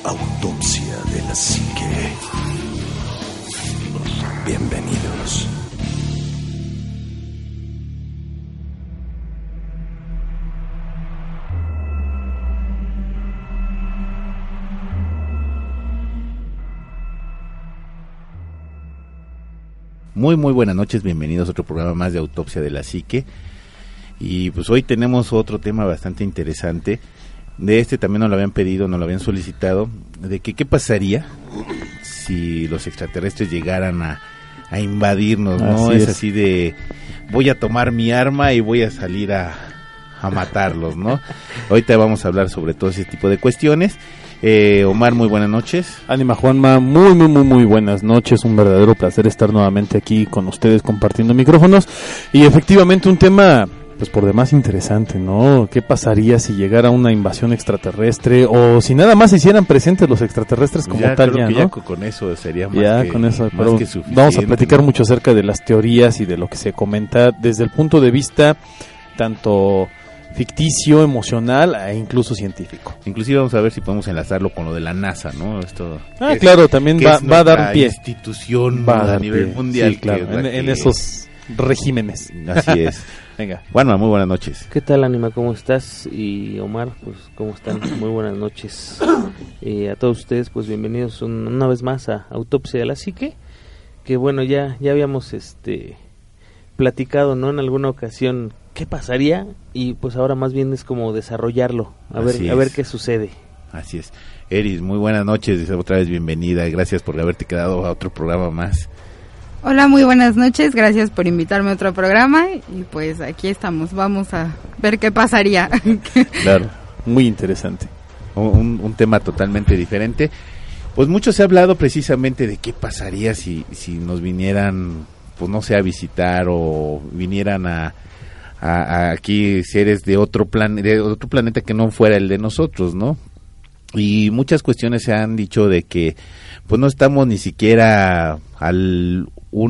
Autopsia de la Psique. Bienvenidos. Muy buenas noches, bienvenidos a otro programa más de Autopsia de la Psique. Y pues hoy tenemos otro tema bastante interesante. De este también nos lo habían pedido, nos lo habían solicitado, de que qué pasaría si los extraterrestres llegaran a invadirnos, ¿no? Es así de, voy a tomar mi arma y voy a salir a matarlos, ¿no? Ahorita vamos a hablar sobre todo ese tipo de cuestiones. Omar, muy buenas noches. Ánima Juanma, muy buenas noches, un verdadero placer estar nuevamente aquí con ustedes compartiendo micrófonos, y efectivamente un tema pues por demás interesante, ¿no? ¿Qué pasaría si llegara una invasión extraterrestre, o si nada más se hicieran presentes los extraterrestres como ya, tal, creo ya, que ¿no? ya con eso sería más ya que, con eso, más pero que suficiente. Vamos a platicar mucho acerca de las teorías y de lo que se comenta desde el punto de vista tanto ficticio, emocional e incluso científico. Inclusive vamos a ver si podemos enlazarlo con lo de la NASA, ¿no? Esto claro, también va a dar pie. Institución va a dar a nivel pie. mundial. Sí, claro, que en esos regímenes. Así es. Venga. Juanma, muy buenas noches. ¿Qué tal, Ánima? ¿Cómo estás? Y Omar, pues, ¿cómo están? Muy buenas noches. A todos ustedes, pues, bienvenidos una vez más a Autopsia de la Psique, que bueno, ya habíamos platicado, ¿no? En alguna ocasión, ¿qué pasaría? Y pues ahora más bien es como desarrollarlo, a ver qué sucede. Así es. Eris, muy buenas noches, otra vez bienvenida, gracias por haberte quedado a otro programa más. Hola, muy buenas noches, gracias por invitarme a otro programa, y pues aquí estamos, vamos a ver qué pasaría. Claro, muy interesante. Un tema totalmente diferente. Pues mucho se ha hablado precisamente de qué pasaría si nos vinieran, pues no sé, a visitar, o vinieran a aquí seres de otro planeta que no fuera el de nosotros, ¿no? Y muchas cuestiones se han dicho de que pues no estamos ni siquiera al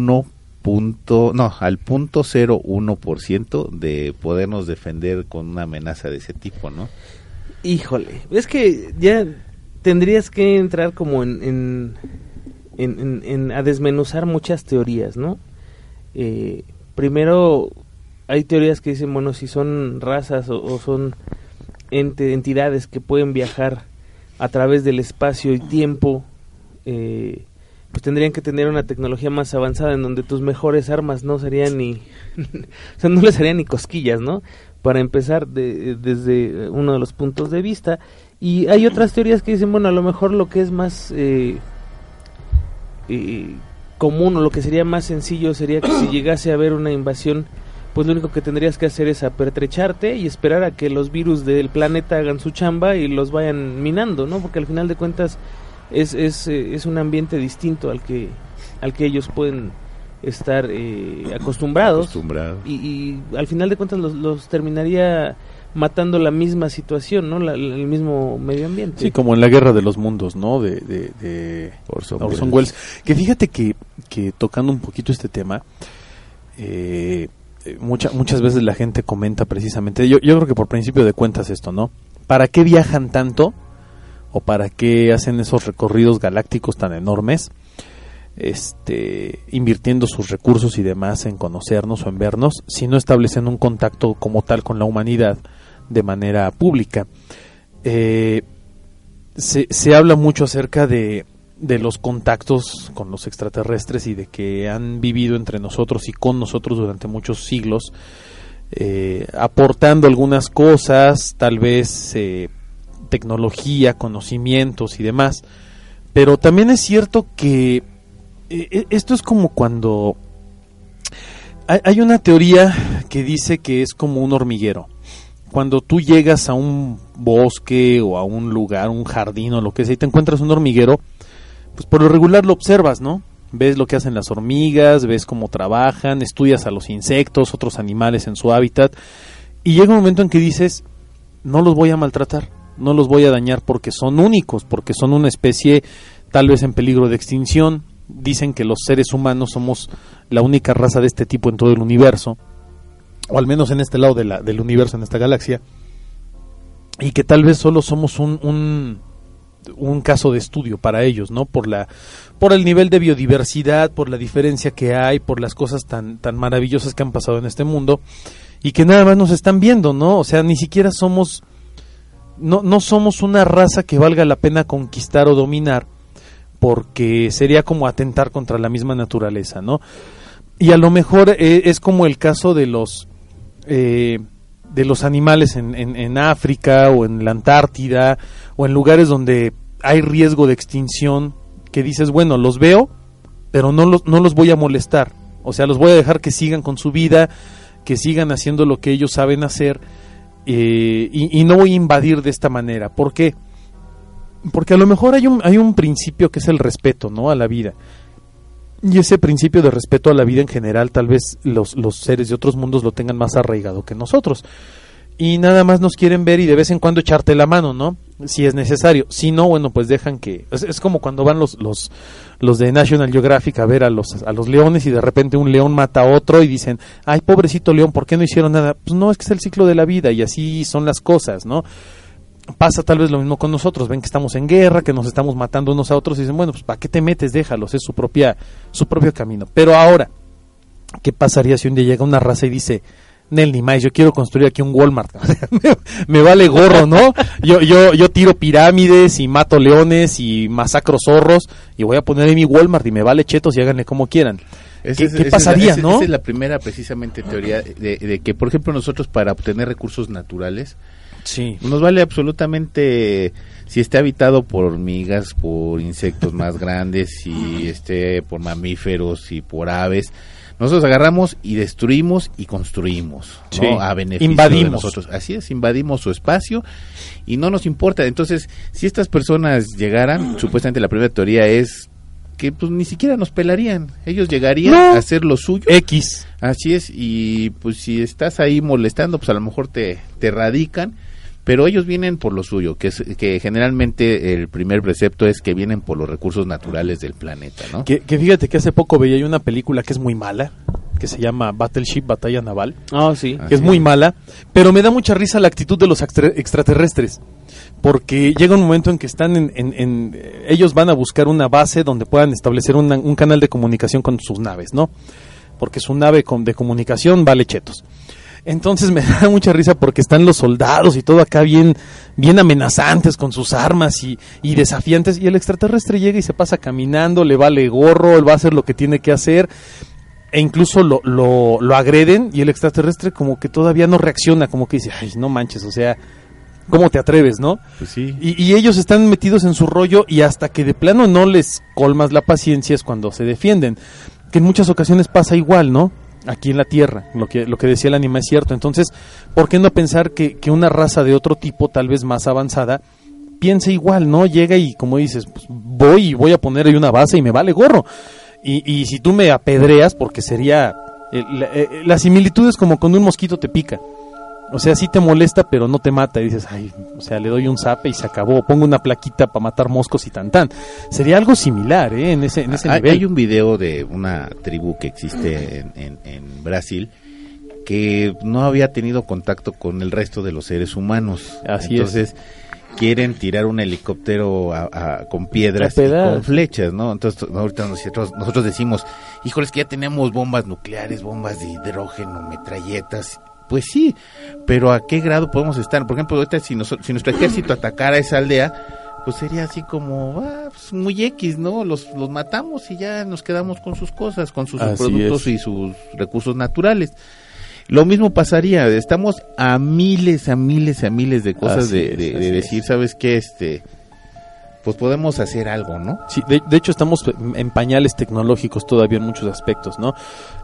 0.01% de podernos defender con una amenaza de ese tipo, ¿no? Híjole, es que ya tendrías que entrar como en a desmenuzar muchas teorías, ¿no? Primero hay teorías que dicen, bueno, si son razas o son entidades que pueden viajar a través del espacio y tiempo, pues tendrían que tener una tecnología más avanzada en donde tus mejores armas no serían ni o sea, no les harían ni cosquillas, ¿no? Para empezar desde uno de los puntos de vista. Y hay otras teorías que dicen, bueno, a lo mejor lo que es más común, o lo que sería más sencillo, sería que si llegase a haber una invasión, pues lo único que tendrías que hacer es apertrecharte y esperar a que los virus del planeta hagan su chamba y los vayan minando, ¿no? Porque al final de cuentas es un ambiente distinto al que ellos pueden estar acostumbrados. Y al final de cuentas los terminaría matando la misma situación, ¿no? El mismo medio ambiente. Sí, como en la Guerra de los Mundos, ¿no? De Orson Welles. Que fíjate que tocando un poquito este tema, muchas veces la gente comenta precisamente, yo creo que por principio de cuentas esto, ¿no? ¿Para qué viajan tanto? ¿O para qué hacen esos recorridos galácticos tan enormes? Invirtiendo sus recursos y demás en conocernos o en vernos, si no establecen un contacto como tal con la humanidad de manera pública. Se habla mucho acerca de los contactos con los extraterrestres y de que han vivido entre nosotros y con nosotros durante muchos siglos, aportando algunas cosas, tal vez tecnología, conocimientos y demás. Pero también es cierto que esto es como cuando hay una teoría que dice que es como un hormiguero. Cuando tú llegas a un bosque o a un lugar, un jardín o lo que sea, y te encuentras un hormiguero, pues por lo regular lo observas, ¿no? Ves lo que hacen las hormigas, ves cómo trabajan, estudias a los insectos, otros animales en su hábitat, y llega un momento en que dices, no los voy a maltratar, no los voy a dañar porque son únicos, porque son una especie tal vez en peligro de extinción. Dicen que los seres humanos somos la única raza de este tipo en todo el universo, o al menos en este lado del universo, en esta galaxia, y que tal vez solo somos un un caso de estudio para ellos, ¿no? Por el nivel de biodiversidad, por la diferencia que hay, por las cosas tan maravillosas que han pasado en este mundo y que nada más nos están viendo, ¿no? O sea, ni siquiera somos no somos una raza que valga la pena conquistar o dominar, porque sería como atentar contra la misma naturaleza, ¿no? Y a lo mejor es como el caso de los animales en África o en la Antártida o en lugares donde hay riesgo de extinción, que dices, bueno, los veo, pero no los voy a molestar, o sea, los voy a dejar que sigan con su vida, que sigan haciendo lo que ellos saben hacer, y no voy a invadir de esta manera. ¿Por qué? Porque a lo mejor hay un principio que es el respeto, ¿no?, a la vida. Y ese principio de respeto a la vida en general, tal vez los seres de otros mundos lo tengan más arraigado que nosotros. Y nada más nos quieren ver y de vez en cuando echarte la mano, ¿no?, si es necesario. Si no, bueno, pues dejan que... Es como cuando van los de National Geographic a ver a los leones y de repente un león mata a otro y dicen, ay, pobrecito león, ¿por qué no hicieron nada? Pues no, es que es el ciclo de la vida y así son las cosas, ¿no? Pasa tal vez lo mismo con nosotros, ven que estamos en guerra, que nos estamos matando unos a otros y dicen, bueno, pues ¿para qué te metes? Déjalos, es su propio camino. Pero ahora, ¿qué pasaría si un día llega una raza y dice, Nel, ni más, yo quiero construir aquí un Walmart? me vale gorro, ¿no? Yo tiro pirámides y mato leones y masacro zorros y voy a poner en mi Walmart y me vale chetos y háganle como quieran. ¿Qué pasaría, no? Esa es la primera, precisamente, teoría de que, por ejemplo, nosotros para obtener recursos naturales, sí, nos vale absolutamente si esté habitado por hormigas, por insectos más grandes, si esté por mamíferos y por aves. Nosotros agarramos y destruimos y construimos, ¿no? Sí. A beneficio invadimos. de nosotros. Así es, invadimos su espacio y no nos importa. Entonces, si estas personas llegaran, supuestamente la primera teoría es que pues ni siquiera nos pelarían. Ellos llegarían a hacer lo suyo. X. Así es, y pues si estás ahí molestando, pues a lo mejor te radican, pero ellos vienen por lo suyo, que generalmente el primer precepto es que vienen por los recursos naturales del planeta, ¿no? Que fíjate que hace poco veía yo una película que es muy mala, que se llama Battleship, Batalla Naval. Oh, sí. Que es muy mala, pero me da mucha risa la actitud de los extraterrestres, porque llega un momento en que están ellos van a buscar una base donde puedan establecer un canal de comunicación con sus naves, ¿no? Porque su nave de comunicación vale chetos. Entonces me da mucha risa porque están los soldados y todo acá bien amenazantes con sus armas y desafiantes, y el extraterrestre llega y se pasa caminando, le vale gorro, él va a hacer lo que tiene que hacer, e incluso lo agreden, y el extraterrestre como que todavía no reacciona, como que dice, ay, no manches, o sea, ¿cómo te atreves, no? Pues sí. Y ellos están metidos en su rollo, y hasta que de plano no les colmas la paciencia es cuando se defienden, que en muchas ocasiones pasa igual, ¿no? Aquí en la Tierra, lo que decía el anime es cierto. Entonces, ¿por qué no pensar que una raza de otro tipo, tal vez más avanzada, piense igual, ¿no? Llega y, como dices, pues voy a poner ahí una base y me vale gorro. Y si tú me apedreas, porque sería... la similitud es como cuando un mosquito te pica. O sea, sí te molesta, pero no te mata. Y dices, ay, o sea, le doy un zape y se acabó. Pongo una plaquita para matar moscos y tan. Sería algo similar, en ese nivel. Hay un video de una tribu que existe en Brasil que no había tenido contacto con el resto de los seres humanos. Entonces, quieren tirar un helicóptero con piedras y con flechas, ¿no? Entonces, ahorita nosotros decimos, híjoles, que ya tenemos bombas nucleares, bombas de hidrógeno, metralletas. Pues sí, pero ¿a qué grado podemos estar? Por ejemplo, ahorita si nuestro ejército atacara esa aldea, pues sería así como, pues muy X, ¿no? Los matamos y ya nos quedamos con sus cosas, con sus productos y sus recursos naturales. Lo mismo pasaría, estamos a miles de cosas de decir, ¿sabes qué? Pues podemos hacer algo, ¿no? Sí, de hecho estamos en pañales tecnológicos todavía en muchos aspectos, ¿no?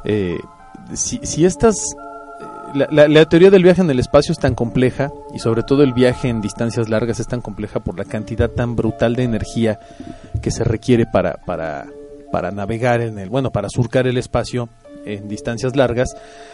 Si estas... La teoría del viaje en el espacio es tan compleja, y sobre todo el viaje en distancias largas es tan compleja por la cantidad tan brutal de energía que se requiere para navegar para surcar el espacio en distancias largas,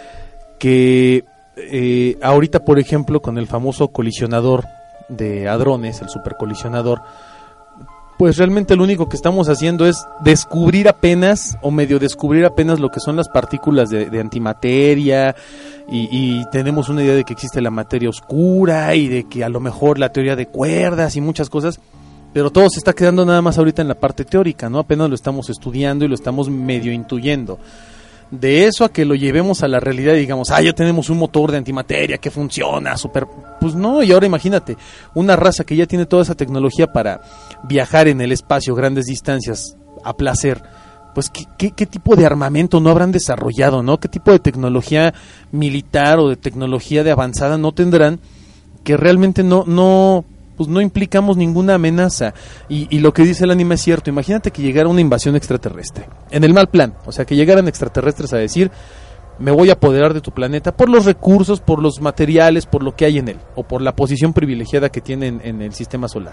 que ahorita, por ejemplo, con el famoso colisionador de hadrones, el supercolisionador, pues realmente lo único que estamos haciendo es descubrir apenas lo que son las partículas de antimateria, y tenemos una idea de que existe la materia oscura y de que a lo mejor la teoría de cuerdas y muchas cosas, pero todo se está quedando nada más ahorita en la parte teórica, ¿no? Apenas lo estamos estudiando y lo estamos medio intuyendo. De eso a que lo llevemos a la realidad y digamos, ya tenemos un motor de antimateria que funciona, súper... Pues no, y ahora imagínate, una raza que ya tiene toda esa tecnología para viajar en el espacio, grandes distancias, a placer, pues ¿qué tipo de armamento no habrán desarrollado, ¿no? ¿Qué tipo de tecnología militar o de tecnología de avanzada no tendrán que realmente no implicamos ninguna amenaza? Y lo que dice el anime es cierto. Imagínate que llegara una invasión extraterrestre, en el mal plan, o sea, que llegaran extraterrestres a decir, me voy a apoderar de tu planeta por los recursos, por los materiales, por lo que hay en él, o por la posición privilegiada que tienen en el sistema solar.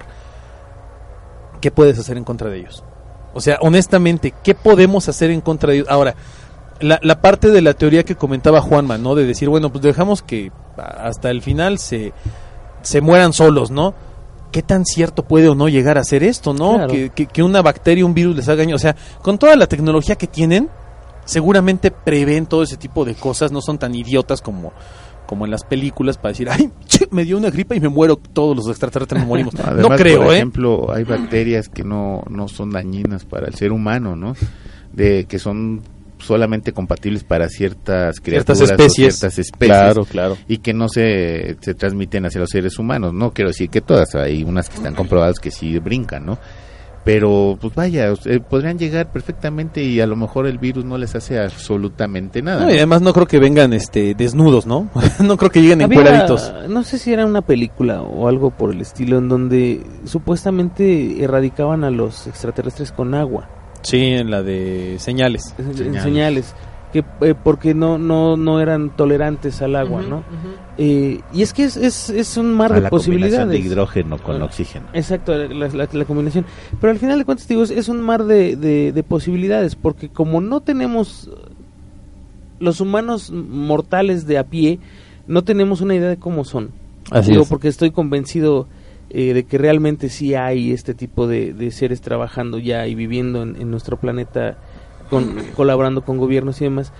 ¿Qué puedes hacer en contra de ellos? O sea, honestamente, ¿qué podemos hacer en contra de ellos? Ahora, la parte de la teoría que comentaba Juanma, ¿no? De decir, bueno, pues dejamos que hasta el final se mueran solos, ¿no? ¿Qué tan cierto puede o no llegar a ser esto, no? Claro. Que una bacteria, un virus les haga daño. O sea, con toda la tecnología que tienen, seguramente prevén todo ese tipo de cosas, no son tan idiotas como en las películas para decir, ay, me dio una gripa y me muero, todos los extraterrestres nos morimos. Además, no creo, por ejemplo, hay bacterias que no son dañinas para el ser humano, ¿no? Que son solamente compatibles para ciertas criaturas, ciertas especies, claro, y que no se transmiten hacia los seres humanos. No quiero decir que todas, hay unas que están comprobadas que sí brincan, ¿no? Pero pues vaya, podrían llegar perfectamente y a lo mejor el virus no les hace absolutamente nada. No, y además no creo que vengan desnudos, ¿no? No creo que lleguen encueraditos. No sé si era una película o algo por el estilo en donde supuestamente erradicaban a los extraterrestres con agua. Sí, en la de Señales. Señales. Que porque no eran tolerantes al agua, ¿no? Y es que es un mar de posibilidades. De hidrógeno con oxígeno. Exacto, la combinación. Pero al final de cuentas, digo, es un mar de posibilidades, porque como no tenemos, los humanos mortales de a pie, no tenemos una idea de cómo son. Así es. Porque estoy convencido de que realmente sí hay este tipo de seres trabajando ya y viviendo en nuestro planeta, colaborando con gobiernos y demás.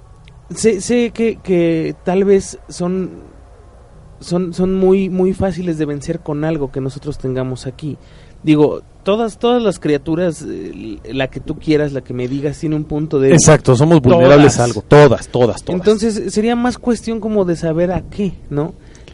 Sé que tal vez son muy muy fáciles de vencer con algo que nosotros tengamos aquí. Digo, todas las criaturas, la que tú quieras, la que me digas, tiene un punto de... Exacto, somos vulnerables a algo. Todas. Entonces sería más cuestión como de saber a qué, ¿no?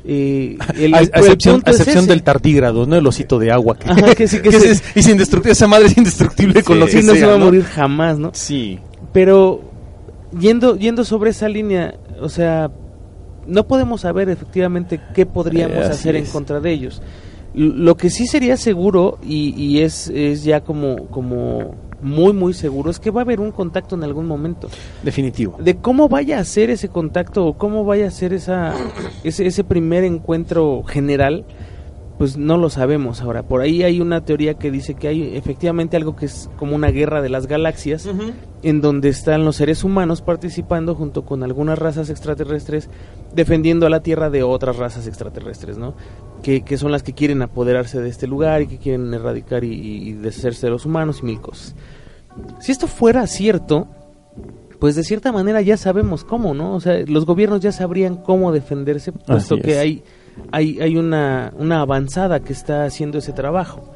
A excepción del tardígrado, ¿no? El osito de agua que es indestructible, esa madre es indestructible con lo que no sea, se va a morir jamás, ¿no? Sí. Pero yendo sobre esa línea, o sea, no podemos saber efectivamente qué podríamos hacer en contra de ellos. Lo que sí sería seguro y es ya como muy muy seguro es que va a haber un contacto en algún momento. Definitivo. De cómo vaya a ser ese contacto o cómo vaya a ser ese primer encuentro general, pues no lo sabemos ahora. Por ahí hay una teoría que dice que hay efectivamente algo que es como una guerra de las galaxias, en donde están los seres humanos participando junto con algunas razas extraterrestres defendiendo a la Tierra de otras razas extraterrestres, ¿no? Que son las que quieren apoderarse de este lugar y que quieren erradicar y deshacerse de los humanos y mil cosas. Si esto fuera cierto, pues de cierta manera ya sabemos cómo, ¿no? O sea, los gobiernos ya sabrían cómo defenderse, puesto que hay una avanzada que está haciendo ese trabajo.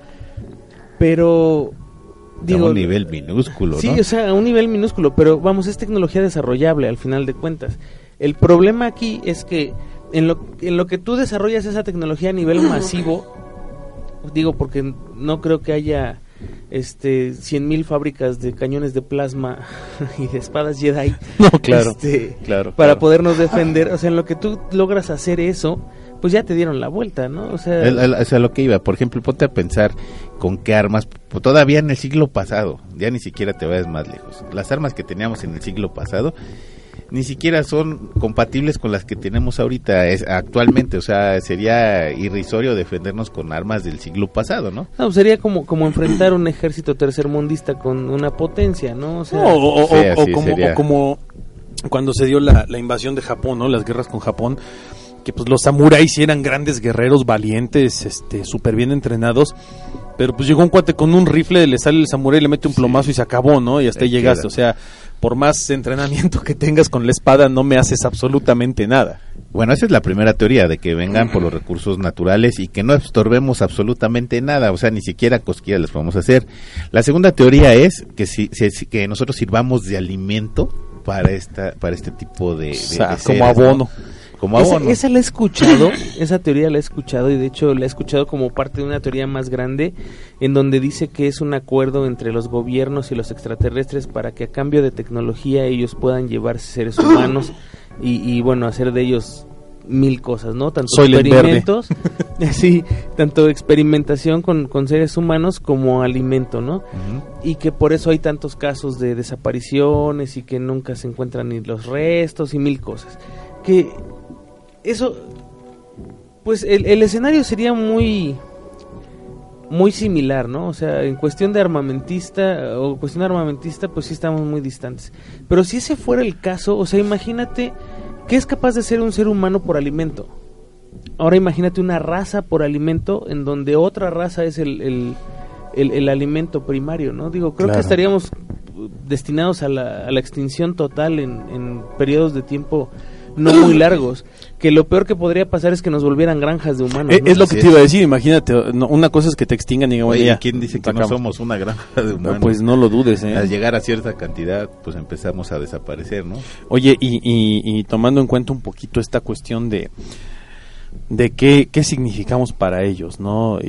Pero digo, a un nivel minúsculo, ¿no? Sí, o sea, a un nivel minúsculo, pero vamos, es tecnología desarrollable al final de cuentas. El problema aquí es que en lo que tú desarrollas esa tecnología a nivel masivo, digo, porque no creo que haya 100,000 fábricas de cañones de plasma y de espadas Jedi. No, claro. Para podernos defender. O sea, en lo que tú logras hacer eso, pues ya te dieron la vuelta, ¿no? O sea, lo que iba, por ejemplo, ponte a pensar con qué armas, todavía en el siglo pasado, ya ni siquiera te vayas más lejos. Las armas que teníamos en el siglo pasado ni siquiera son compatibles con las que tenemos ahorita actualmente, o sea, sería irrisorio defendernos con armas del siglo pasado, ¿no? No, sería como enfrentar un ejército tercermundista con una potencia, ¿no? O sea, como cuando se dio la invasión de Japón, ¿no? Las guerras con Japón, que pues los samuráis eran grandes guerreros valientes, súper bien entrenados, pero pues llegó un cuate con un rifle, le sale el samurái, le mete un plomazo y se acabó, ¿no? Y hasta ahí llegaste, o sea, por más entrenamiento que tengas con la espada, no me haces absolutamente nada. Bueno, esa es la primera teoría, de que vengan por los recursos naturales y que no estorbemos absolutamente nada, o sea, ni siquiera cosquillas les podemos hacer. La segunda teoría es que nosotros sirvamos de alimento para este tipo de seres, como abono. ¿no? Como abono. Esa la he escuchado, esa teoría la he escuchado, y de hecho la he escuchado como parte de una teoría más grande, en donde dice que es un acuerdo entre los gobiernos y los extraterrestres para que a cambio de tecnología ellos puedan llevarse seres humanos y bueno, hacer de ellos mil cosas, ¿no? Tanto Soylent experimentos, sí, tanto experimentación con seres humanos como alimento, ¿no? Y que por eso hay tantos casos de desapariciones y que nunca se encuentran ni los restos y mil cosas. Que eso, pues el escenario sería muy similar, ¿no? O sea, en cuestión de armamentista, pues sí estamos muy distantes. Pero si ese fuera el caso, o sea, imagínate ¿qué es capaz de hacer un ser humano por alimento? Ahora imagínate una raza por alimento en donde otra raza es el alimento primario, ¿no? Digo, creo que estaríamos destinados a la extinción total en periodos de tiempo no muy largos, que lo peor que podría pasar es que nos volvieran granjas de humanos, ¿no? Es lo que te iba a decir, imagínate, una cosa es que te extingan y digan, oye, ¿quién dice que no somos una granja de humanos? Pues no lo dudes, Al llegar a cierta cantidad, pues empezamos a desaparecer, ¿no? Oye, y tomando en cuenta un poquito esta cuestión de qué significamos para ellos, ¿no?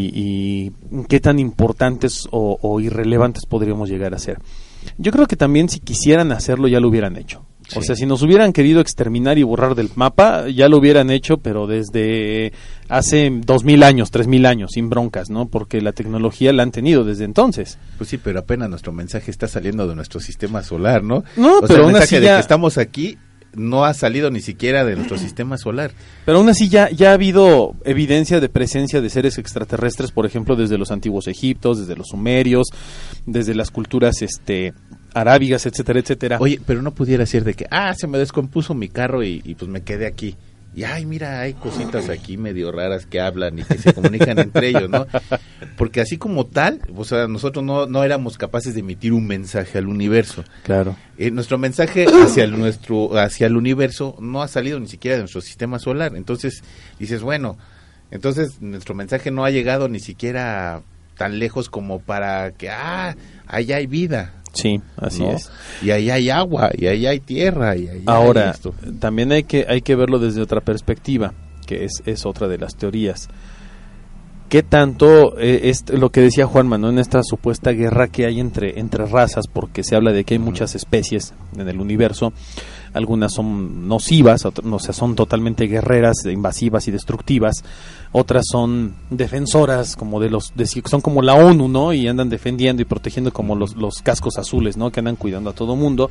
Y qué tan importantes o irrelevantes podríamos llegar a ser. Yo creo que también si quisieran hacerlo ya lo hubieran hecho. Sí. O sea, si nos hubieran querido exterminar y borrar del mapa, ya lo hubieran hecho, pero desde hace 2000 años, 3000 años, sin broncas, ¿no? Porque la tecnología la han tenido desde entonces. Pues sí, pero apenas nuestro mensaje está saliendo de nuestro sistema solar, ¿no? No, pero el mensaje de que estamos aquí no ha salido ni siquiera de nuestro sistema solar. Pero aún así ya ha habido evidencia de presencia de seres extraterrestres, por ejemplo, desde los antiguos egiptos, desde los sumerios, desde las culturas arábigas, etcétera, etcétera. Oye, pero no pudiera ser de que, se me descompuso mi carro y pues me quedé aquí. Y ay, mira, hay cositas aquí medio raras que hablan y que se comunican entre ellos, ¿no? Porque así como tal, o sea, nosotros no éramos capaces de emitir un mensaje al universo. Claro. Nuestro mensaje hacia el universo no ha salido ni siquiera de nuestro sistema solar. Entonces, dices, bueno, entonces nuestro mensaje no ha llegado ni siquiera tan lejos como para que, allá hay vida. Sí, así es. Y ahí hay agua, y ahí hay tierra, y ahí ahora, hay esto. También hay que verlo desde otra perspectiva, que es otra de las teorías. ¿Qué tanto es lo que decía Juanma, ¿no? En esta supuesta guerra que hay entre razas, porque se habla de que hay muchas especies en el universo, algunas son nocivas, otras son totalmente guerreras, invasivas y destructivas, otras son defensoras, como son como la ONU, ¿no? Y andan defendiendo y protegiendo, como los cascos azules, ¿no? Que andan cuidando a todo mundo.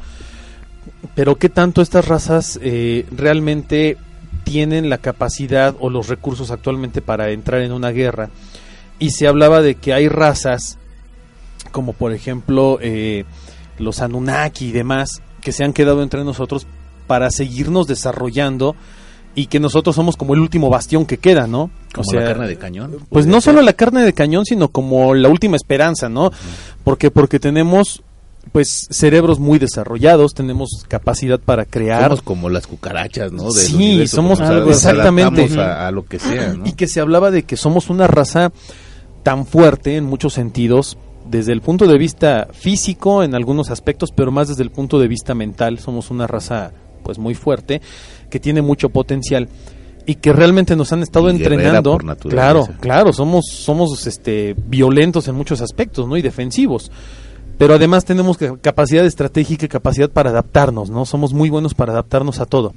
Pero ¿qué tanto estas razas realmente tienen la capacidad o los recursos actualmente para entrar en una guerra? Y se hablaba de que hay razas como por ejemplo los Anunnaki y demás, que se han quedado entre nosotros para seguirnos desarrollando, y que nosotros somos como el último bastión que queda, ¿no? Como la carne de cañón. Pues no solo la carne de cañón, sino como la última esperanza, ¿no? Porque tenemos pues cerebros muy desarrollados, tenemos capacidad para crear. Somos como las cucarachas, ¿no? Sí, universo, somos algo, exactamente. A lo que sea, ¿no? Y que se hablaba de que somos una raza tan fuerte en muchos sentidos, desde el punto de vista físico en algunos aspectos, pero más desde el punto de vista mental. Somos una raza pues muy fuerte, que tiene mucho potencial y que realmente nos han estado entrenando. Claro, somos violentos en muchos aspectos, ¿no? Y defensivos. Pero además tenemos capacidad estratégica y capacidad para adaptarnos, ¿no? Somos muy buenos para adaptarnos a todo.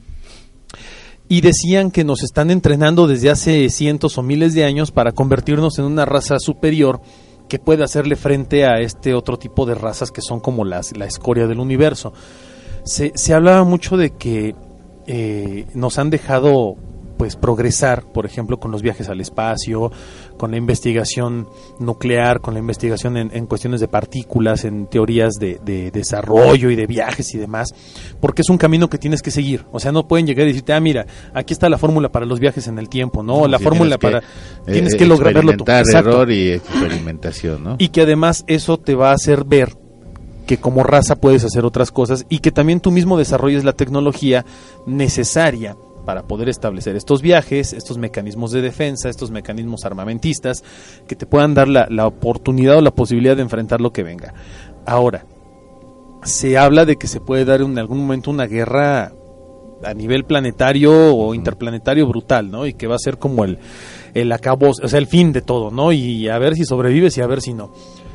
Y decían que nos están entrenando desde hace cientos o miles de años para convertirnos en una raza superior que pueda hacerle frente a este otro tipo de razas que son como la escoria del universo. Se hablaba mucho de que nos han dejado pues progresar, por ejemplo, con los viajes al espacio, con la investigación nuclear, con la investigación en cuestiones de partículas, en teorías de desarrollo y de viajes y demás, porque es un camino que tienes que seguir. O sea, no pueden llegar y decirte, mira, aquí está la fórmula para los viajes en el tiempo, ¿no? La fórmula para... Tienes que lograr verlo tú. Experimentar, error y experimentación, ¿no? Y que además eso te va a hacer ver que como raza puedes hacer otras cosas y que también tú mismo desarrolles la tecnología necesaria para poder establecer estos viajes, estos mecanismos de defensa, estos mecanismos armamentistas que te puedan dar la oportunidad o la posibilidad de enfrentar lo que venga. Ahora, se habla de que se puede dar en algún momento una guerra a nivel planetario o interplanetario brutal, ¿no? Y que va a ser como el acabo, o sea, el fin de todo, ¿no? Y a ver si sobrevives y a ver si no.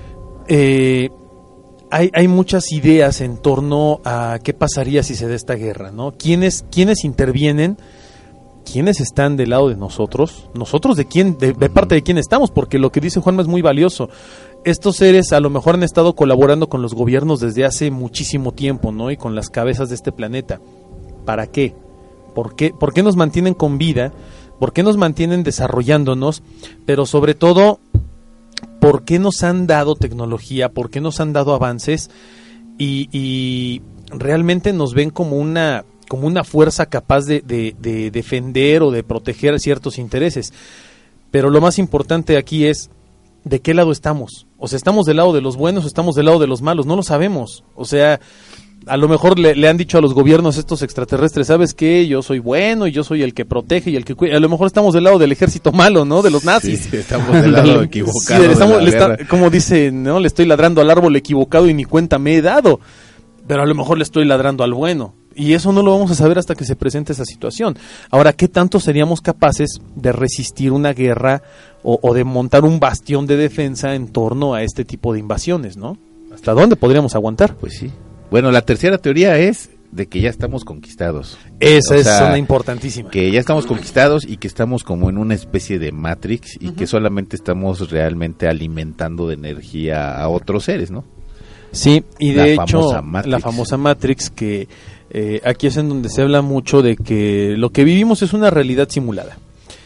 Hay muchas ideas en torno a qué pasaría si se da esta guerra, ¿no? ¿Quiénes intervienen? ¿Quiénes están del lado de nosotros? ¿Nosotros de parte de quién estamos? Porque lo que dice Juanma es muy valioso. Estos seres a lo mejor han estado colaborando con los gobiernos desde hace muchísimo tiempo, ¿no? Y con las cabezas de este planeta. ¿Para qué? ¿Por qué nos mantienen con vida? ¿Por qué nos mantienen desarrollándonos? Pero sobre todo, ¿por qué nos han dado tecnología? ¿Por qué nos han dado avances? Y realmente nos ven como una fuerza capaz de defender o de proteger ciertos intereses. Pero lo más importante aquí es ¿de qué lado estamos? O sea, ¿estamos del lado de los buenos o estamos del lado de los malos? No lo sabemos. O sea, a lo mejor le han dicho a los gobiernos estos extraterrestres, ¿sabes qué? Yo soy bueno y yo soy el que protege y el que cuida. A lo mejor estamos del lado del ejército malo, ¿no? De los nazis. Sí, estamos del lado equivocado. Sí, como dice, ¿no? Le estoy ladrando al árbol equivocado y ni cuenta me he dado. Pero a lo mejor le estoy ladrando al bueno. Y eso no lo vamos a saber hasta que se presente esa situación. Ahora, ¿qué tanto seríamos capaces de resistir una guerra o de montar un bastión de defensa en torno a este tipo de invasiones, ¿no? ¿Hasta dónde podríamos aguantar? Pues sí. Bueno, la tercera teoría es de que ya estamos conquistados. Esa es una importantísima. Que ya estamos conquistados y que estamos como en una especie de Matrix y que solamente estamos realmente alimentando de energía a otros seres, ¿no? Sí, y de hecho, la famosa Matrix, que aquí es en donde se habla mucho de que lo que vivimos es una realidad simulada.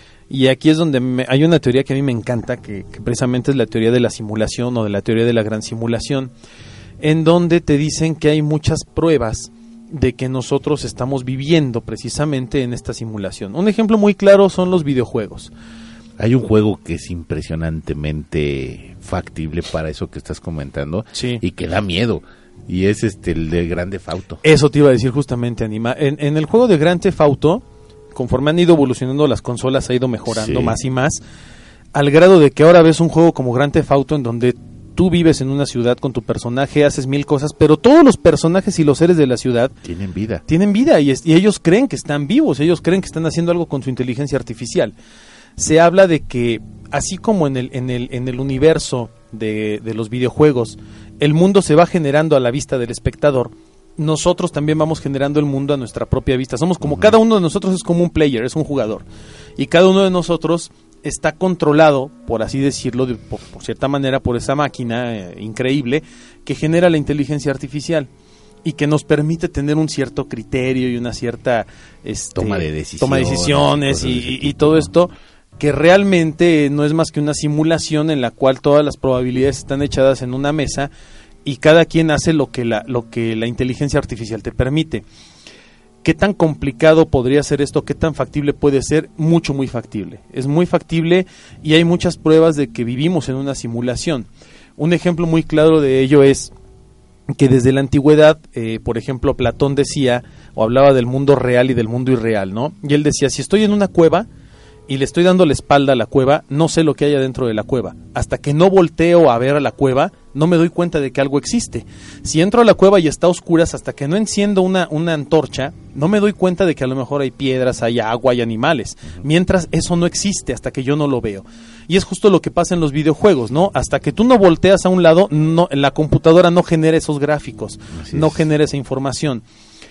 Y aquí es donde hay una teoría que a mí me encanta, que precisamente es la teoría de la simulación o de la teoría de la gran simulación, en donde te dicen que hay muchas pruebas de que nosotros estamos viviendo precisamente en esta simulación. Un ejemplo muy claro son los videojuegos. Hay un juego que es impresionantemente factible para eso que estás comentando, sí, y que da miedo, y es el de Grand Theft Auto. Eso te iba a decir justamente, Anima. En el juego de Grand Theft Auto, conforme han ido evolucionando las consolas, ha ido mejorando más y más, al grado de que ahora ves un juego como Grand Theft Auto en donde tú vives en una ciudad con tu personaje, haces mil cosas, pero todos los personajes y los seres de la ciudad tienen vida y ellos creen que están vivos, ellos creen que están haciendo algo con su inteligencia artificial. Se habla de que así como en el universo de los videojuegos el mundo se va generando a la vista del espectador, nosotros también vamos generando el mundo a nuestra propia vista. Somos como cada uno de nosotros es como un player, es un jugador, y cada uno de nosotros está controlado, por así decirlo, por cierta manera, por esa máquina increíble que genera la inteligencia artificial y que nos permite tener un cierto criterio y una cierta toma de decisiones y todo esto, que realmente no es más que una simulación en la cual todas las probabilidades están echadas en una mesa y cada quien hace lo que la inteligencia artificial te permite. ¿Qué tan complicado podría ser esto? ¿Qué tan factible puede ser? Muy factible. Es muy factible y hay muchas pruebas de que vivimos en una simulación. Un ejemplo muy claro de ello es que desde la antigüedad, por ejemplo, Platón decía o hablaba del mundo real y del mundo irreal, ¿no? Y él decía, si estoy en una cueva y le estoy dando la espalda a la cueva, no sé lo que hay dentro de la cueva. Hasta que no volteo a ver a la cueva, no me doy cuenta de que algo existe. Si entro a la cueva y está a oscuras, hasta que no enciendo una antorcha, no me doy cuenta de que a lo mejor hay piedras, hay agua, hay animales. Mientras eso no existe, hasta que yo no lo veo. Y es justo lo que pasa en los videojuegos, ¿no? Hasta que tú no volteas a un lado, la computadora no genera esos gráficos, no genera esa información.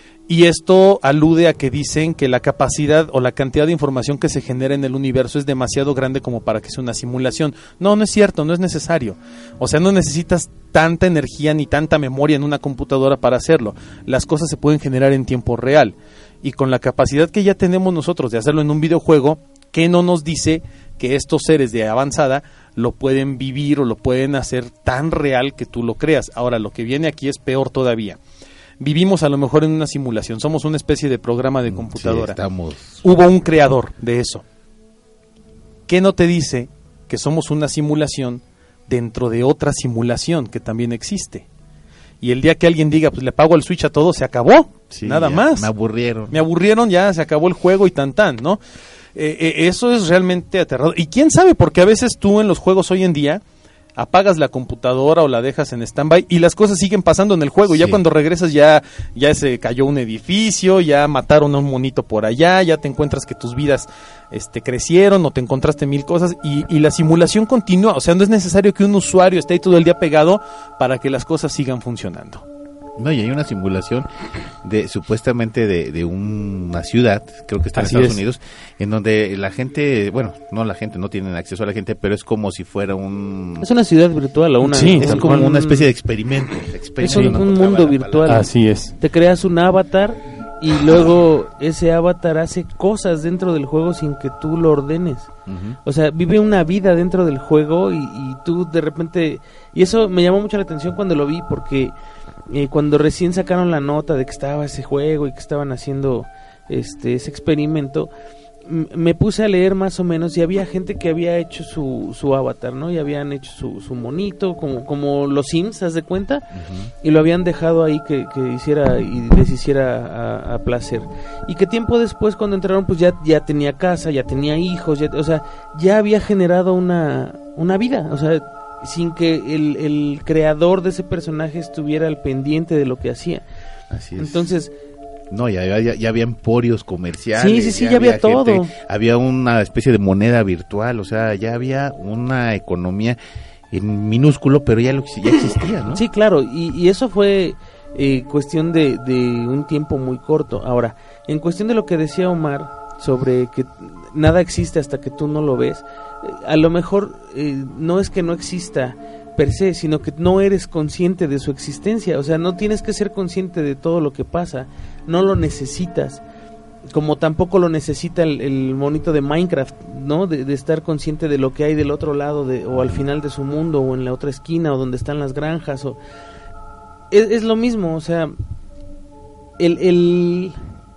Y esto alude a que dicen que la capacidad o la cantidad de información que se genera en el universo es demasiado grande como para que sea una simulación. No es cierto, no es necesario. O sea, no necesitas tanta energía ni tanta memoria en una computadora para hacerlo. Las cosas se pueden generar en tiempo real. y con la capacidad que ya tenemos nosotros de hacerlo en un videojuego, ¿qué no nos dice que estos seres de avanzada lo pueden vivir o lo pueden hacer tan real que tú lo creas? Ahora, lo que viene aquí es peor todavía. Vivimos a lo mejor en una simulación, somos una especie de programa de computadora. Sí, hubo un creador de eso. ¿Qué no te dice que somos una simulación dentro de otra simulación que también existe? Y el día que alguien diga, pues le apago el switch a todo, se acabó, sí, nada ya, más. Me aburrieron, ya se acabó el juego y tan, ¿no? Eso es realmente aterrador. Y quién sabe, porque a veces tú en los juegos hoy en día apagas la computadora o la dejas en stand-by y las cosas siguen pasando en el juego. Sí. Ya cuando regresas ya se cayó un edificio, ya mataron a un monito por allá, ya te encuentras que tus vidas crecieron o te encontraste mil cosas y la simulación continúa. O sea, no es necesario que un usuario esté ahí todo el día pegado para que las cosas sigan funcionando. No, y hay una simulación supuestamente de una ciudad, creo que está en Estados Unidos, en donde la gente, bueno, no tienen acceso a la gente, pero es como si fuera es una ciudad virtual o es como una especie de experimento. Es un mundo virtual. Así es. Te creas un avatar y luego ese avatar hace cosas dentro del juego sin que tú lo ordenes. Uh-huh. O sea, vive una vida dentro del juego y tú de repente... Y eso me llamó mucho la atención cuando lo vi, porque cuando recién sacaron la nota de que estaba ese juego y que estaban haciendo ese experimento, me puse a leer más o menos y había gente que había hecho su avatar, ¿no? Y habían hecho su monito, como los Sims, ¿haz de cuenta? Uh-huh. Y lo habían dejado ahí que hiciera y deshiciera a placer. Y que tiempo después, cuando entraron, pues ya tenía casa, ya tenía hijos, o sea, ya había generado una vida, o sea, sin que el creador de ese personaje estuviera al pendiente de lo que hacía. Así es. Entonces... No, ya había emporios comerciales. Sí, ya había todo. Gente, había una especie de moneda virtual, o sea, ya había una economía en minúsculo, pero ya existía, ¿no? Sí, claro, y eso fue cuestión de un tiempo muy corto. Ahora, en cuestión de lo que decía Omar, sobre que nada existe hasta que tú no lo ves, a lo mejor no es que no exista per se, sino que no eres consciente de su existencia. O sea, no tienes que ser consciente de todo lo que pasa, no lo necesitas, como tampoco lo necesita el monito de Minecraft, ¿no? De estar consciente de lo que hay del otro lado, o al final de su mundo, o en la otra esquina, o donde están las granjas, es lo mismo. O sea, el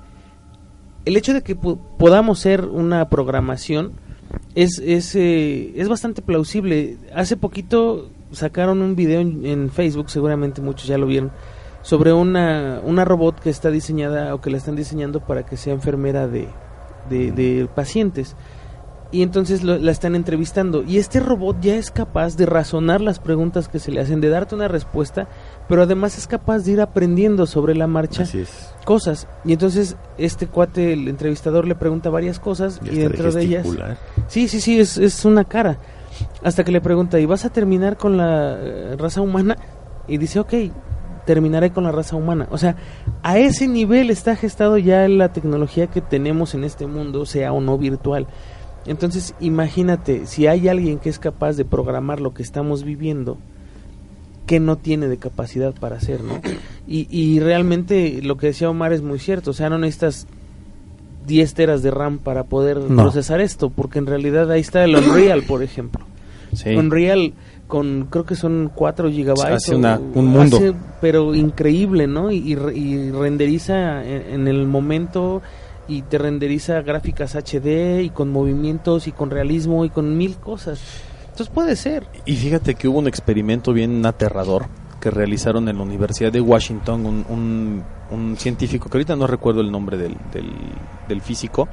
hecho de que podamos ser una programación es bastante plausible. Hace poquito sacaron un video en Facebook, seguramente muchos ya lo vieron, sobre una robot que está diseñada o que la están diseñando para que sea enfermera de pacientes. Y entonces la están entrevistando y este robot ya es capaz de razonar las preguntas que se le hacen, de darte una respuesta, pero además es capaz de ir aprendiendo sobre la marcha cosas. Y entonces este cuate, el entrevistador, le pregunta varias cosas y dentro de ellas sí, es una cara, hasta que le pregunta: ¿y vas a terminar con la raza humana? Y dice: ok, terminaré con la raza humana. O sea, a ese nivel está gestado ya la tecnología que tenemos en este mundo, sea o no virtual. Entonces, imagínate, si hay alguien que es capaz de programar lo que estamos viviendo, ¿qué no tiene de capacidad para hacer, no? Y realmente lo que decía Omar es muy cierto. O sea, no necesitas 10 teras de RAM para poder procesar esto, porque en realidad ahí está el Unreal, por ejemplo. Sí. Unreal con, creo que son 4 gigabytes. Hace un mundo. Pero increíble, ¿no? Y renderiza en el momento, y te renderiza gráficas HD y con movimientos y con realismo y con 1000 cosas. Entonces puede ser. Y fíjate que hubo un experimento bien aterrador que realizaron en la Universidad de Washington, un científico que ahorita no recuerdo el nombre del físico,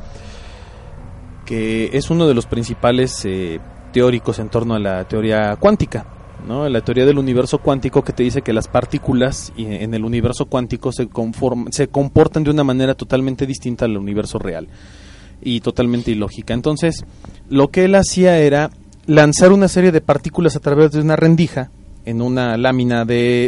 que es uno de los principales teóricos en torno a la teoría cuántica, ¿no? La teoría del universo cuántico, que te dice que las partículas en el universo cuántico se comportan de una manera totalmente distinta al universo real y totalmente ilógica. Entonces, lo que él hacía era lanzar una serie de partículas a través de una rendija en una lámina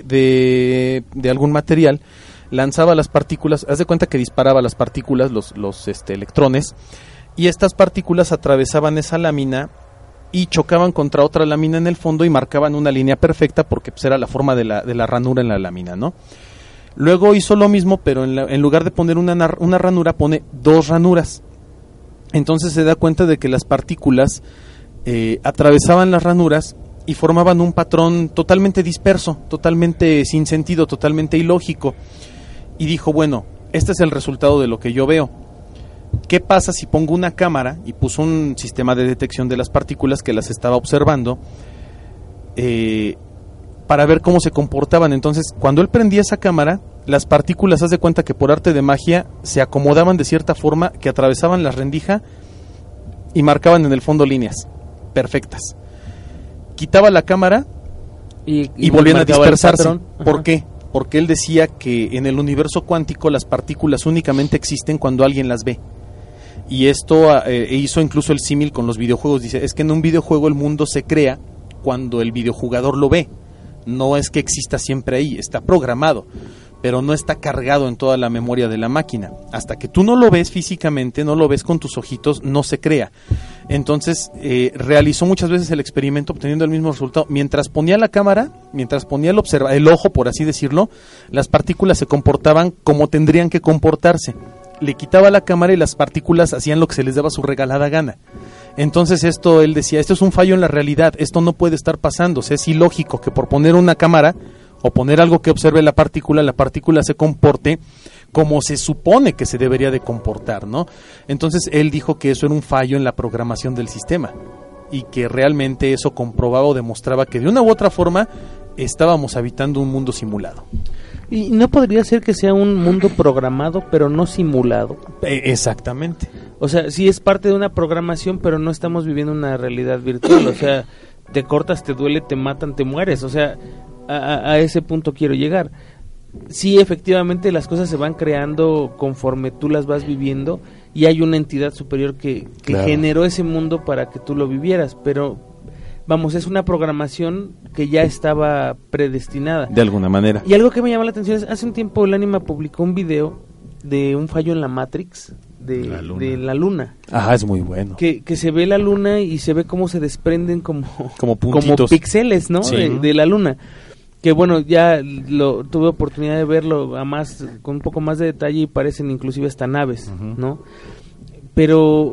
de algún material. Lanzaba las partículas, haz de cuenta que disparaba las partículas, los electrones, y estas partículas atravesaban esa lámina y chocaban contra otra lámina en el fondo y marcaban una línea perfecta, porque pues era la forma de la ranura en la lámina, ¿no? Luego hizo lo mismo, pero en lugar de poner una ranura, pone 2 ranuras. Entonces se da cuenta de que las partículas atravesaban las ranuras y formaban un patrón totalmente disperso, totalmente sin sentido, totalmente ilógico. Y dijo, bueno, este es el resultado de lo que yo veo. ¿Qué pasa si pongo una cámara? Y puso un sistema de detección de las partículas que las estaba observando para ver cómo se comportaban. Entonces, cuando él prendía esa cámara, las partículas, haz de cuenta que por arte de magia se acomodaban de cierta forma que atravesaban la rendija y marcaban en el fondo líneas perfectas. Quitaba la cámara y volvían a dispersarse. ¿Por qué? Porque él decía que en el universo cuántico las partículas únicamente existen cuando alguien las ve. Y esto hizo incluso el símil con los videojuegos. Dice, es que en un videojuego el mundo se crea cuando el videojugador lo ve. No es que exista siempre ahí, está programado, pero no está cargado en toda la memoria de la máquina. Hasta que tú no lo ves físicamente, no lo ves con tus ojitos, no se crea. Entonces realizó muchas veces el experimento obteniendo el mismo resultado. Mientras ponía la cámara, mientras ponía el ojo, por así decirlo, las partículas se comportaban como tendrían que comportarse. Le quitaba la cámara y las partículas hacían lo que se les daba su regalada gana. Entonces él decía, esto es un fallo en la realidad, esto no puede estar pasando. O sea, es ilógico que por poner una cámara o poner algo que observe la partícula se comporte como se supone que se debería de comportar, ¿no? Entonces él dijo que eso era un fallo en la programación del sistema y que realmente eso comprobaba o demostraba que de una u otra forma estábamos habitando un mundo simulado. ¿Y no podría ser que sea un mundo programado pero no simulado? Exactamente. O sea, sí es parte de una programación, pero no estamos viviendo una realidad virtual. O sea, te cortas, te duele, te matan, te mueres. O sea, a ese punto quiero llegar. Sí, efectivamente las cosas se van creando conforme tú las vas viviendo y hay una entidad superior que claro, generó ese mundo para que tú lo vivieras, pero vamos, es una programación que ya estaba predestinada. De alguna manera. Y algo que me llama la atención es, hace un tiempo el Anima publicó un video de un fallo en la Matrix de la luna. Ajá, es muy bueno. Que se ve la luna y se ve cómo se desprenden como puntitos, como píxeles, ¿no? Sí. De la luna. Que bueno, ya tuve oportunidad de verlo con un poco más de detalle y parecen inclusive hasta naves, ¿no? Pero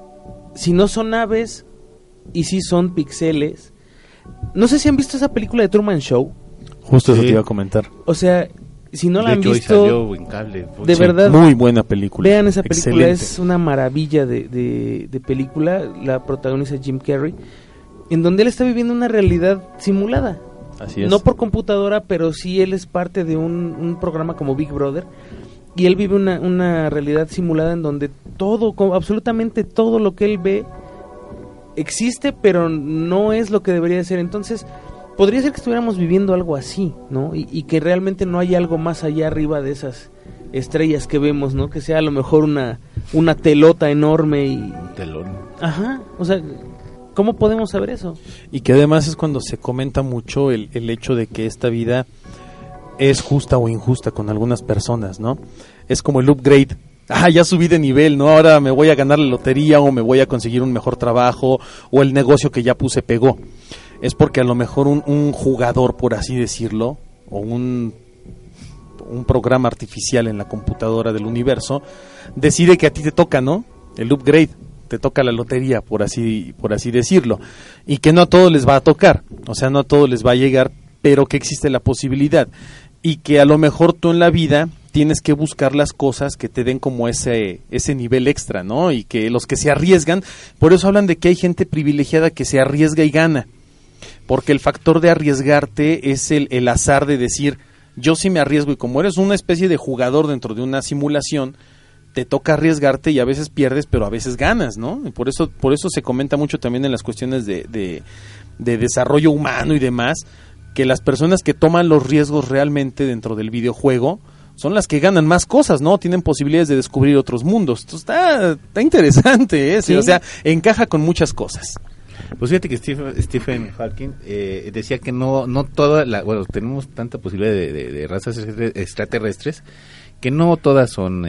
si no son naves y si son píxeles, no sé si han visto esa película de Truman Show. Justo eso te iba a comentar. O sea, si no la han hecho, visto, salió en cable, de verdad, muy buena película. Vean esa película, excelente. Es una maravilla de película, la protagoniza Jim Carrey, en donde él está viviendo una realidad simulada. Así es. No por computadora, pero sí él es parte de un programa como Big Brother y él vive una realidad simulada en donde absolutamente todo lo que él ve existe, pero no es lo que debería de ser. Entonces, podría ser que estuviéramos viviendo algo así, ¿no? Y que realmente no hay algo más allá arriba de esas estrellas que vemos, ¿no? Que sea a lo mejor una telota enorme y... Un telón. Ajá, o sea... ¿Cómo podemos saber eso? Y que además es cuando se comenta mucho el hecho de que esta vida es justa o injusta con algunas personas, ¿no? Es como el upgrade. Ya subí de nivel, ¿no? Ahora me voy a ganar la lotería o me voy a conseguir un mejor trabajo o el negocio que ya puse pegó. Es porque a lo mejor un jugador, por así decirlo, o un programa artificial en la computadora del universo decide que a ti te toca, ¿no? El upgrade. Te toca la lotería, por así decirlo, y que no a todos les va a tocar, o sea, no a todos les va a llegar, pero que existe la posibilidad, y que a lo mejor tú en la vida tienes que buscar las cosas que te den como ese nivel extra, ¿no? Y que los que se arriesgan, por eso hablan de que hay gente privilegiada que se arriesga y gana, porque el factor de arriesgarte es el azar de decir, yo sí me arriesgo, y como eres una especie de jugador dentro de una simulación, te toca arriesgarte y a veces pierdes, pero a veces ganas, ¿no? Y por eso se comenta mucho también en las cuestiones de desarrollo humano y demás, que las personas que toman los riesgos realmente dentro del videojuego son las que ganan más cosas, ¿no? Tienen posibilidades de descubrir otros mundos. Entonces está interesante, ¿eh? Sí. O sea, encaja con muchas cosas. Pues fíjate que Stephen Hawking decía que no toda tenemos tanta posibilidad de razas extraterrestres que no todas son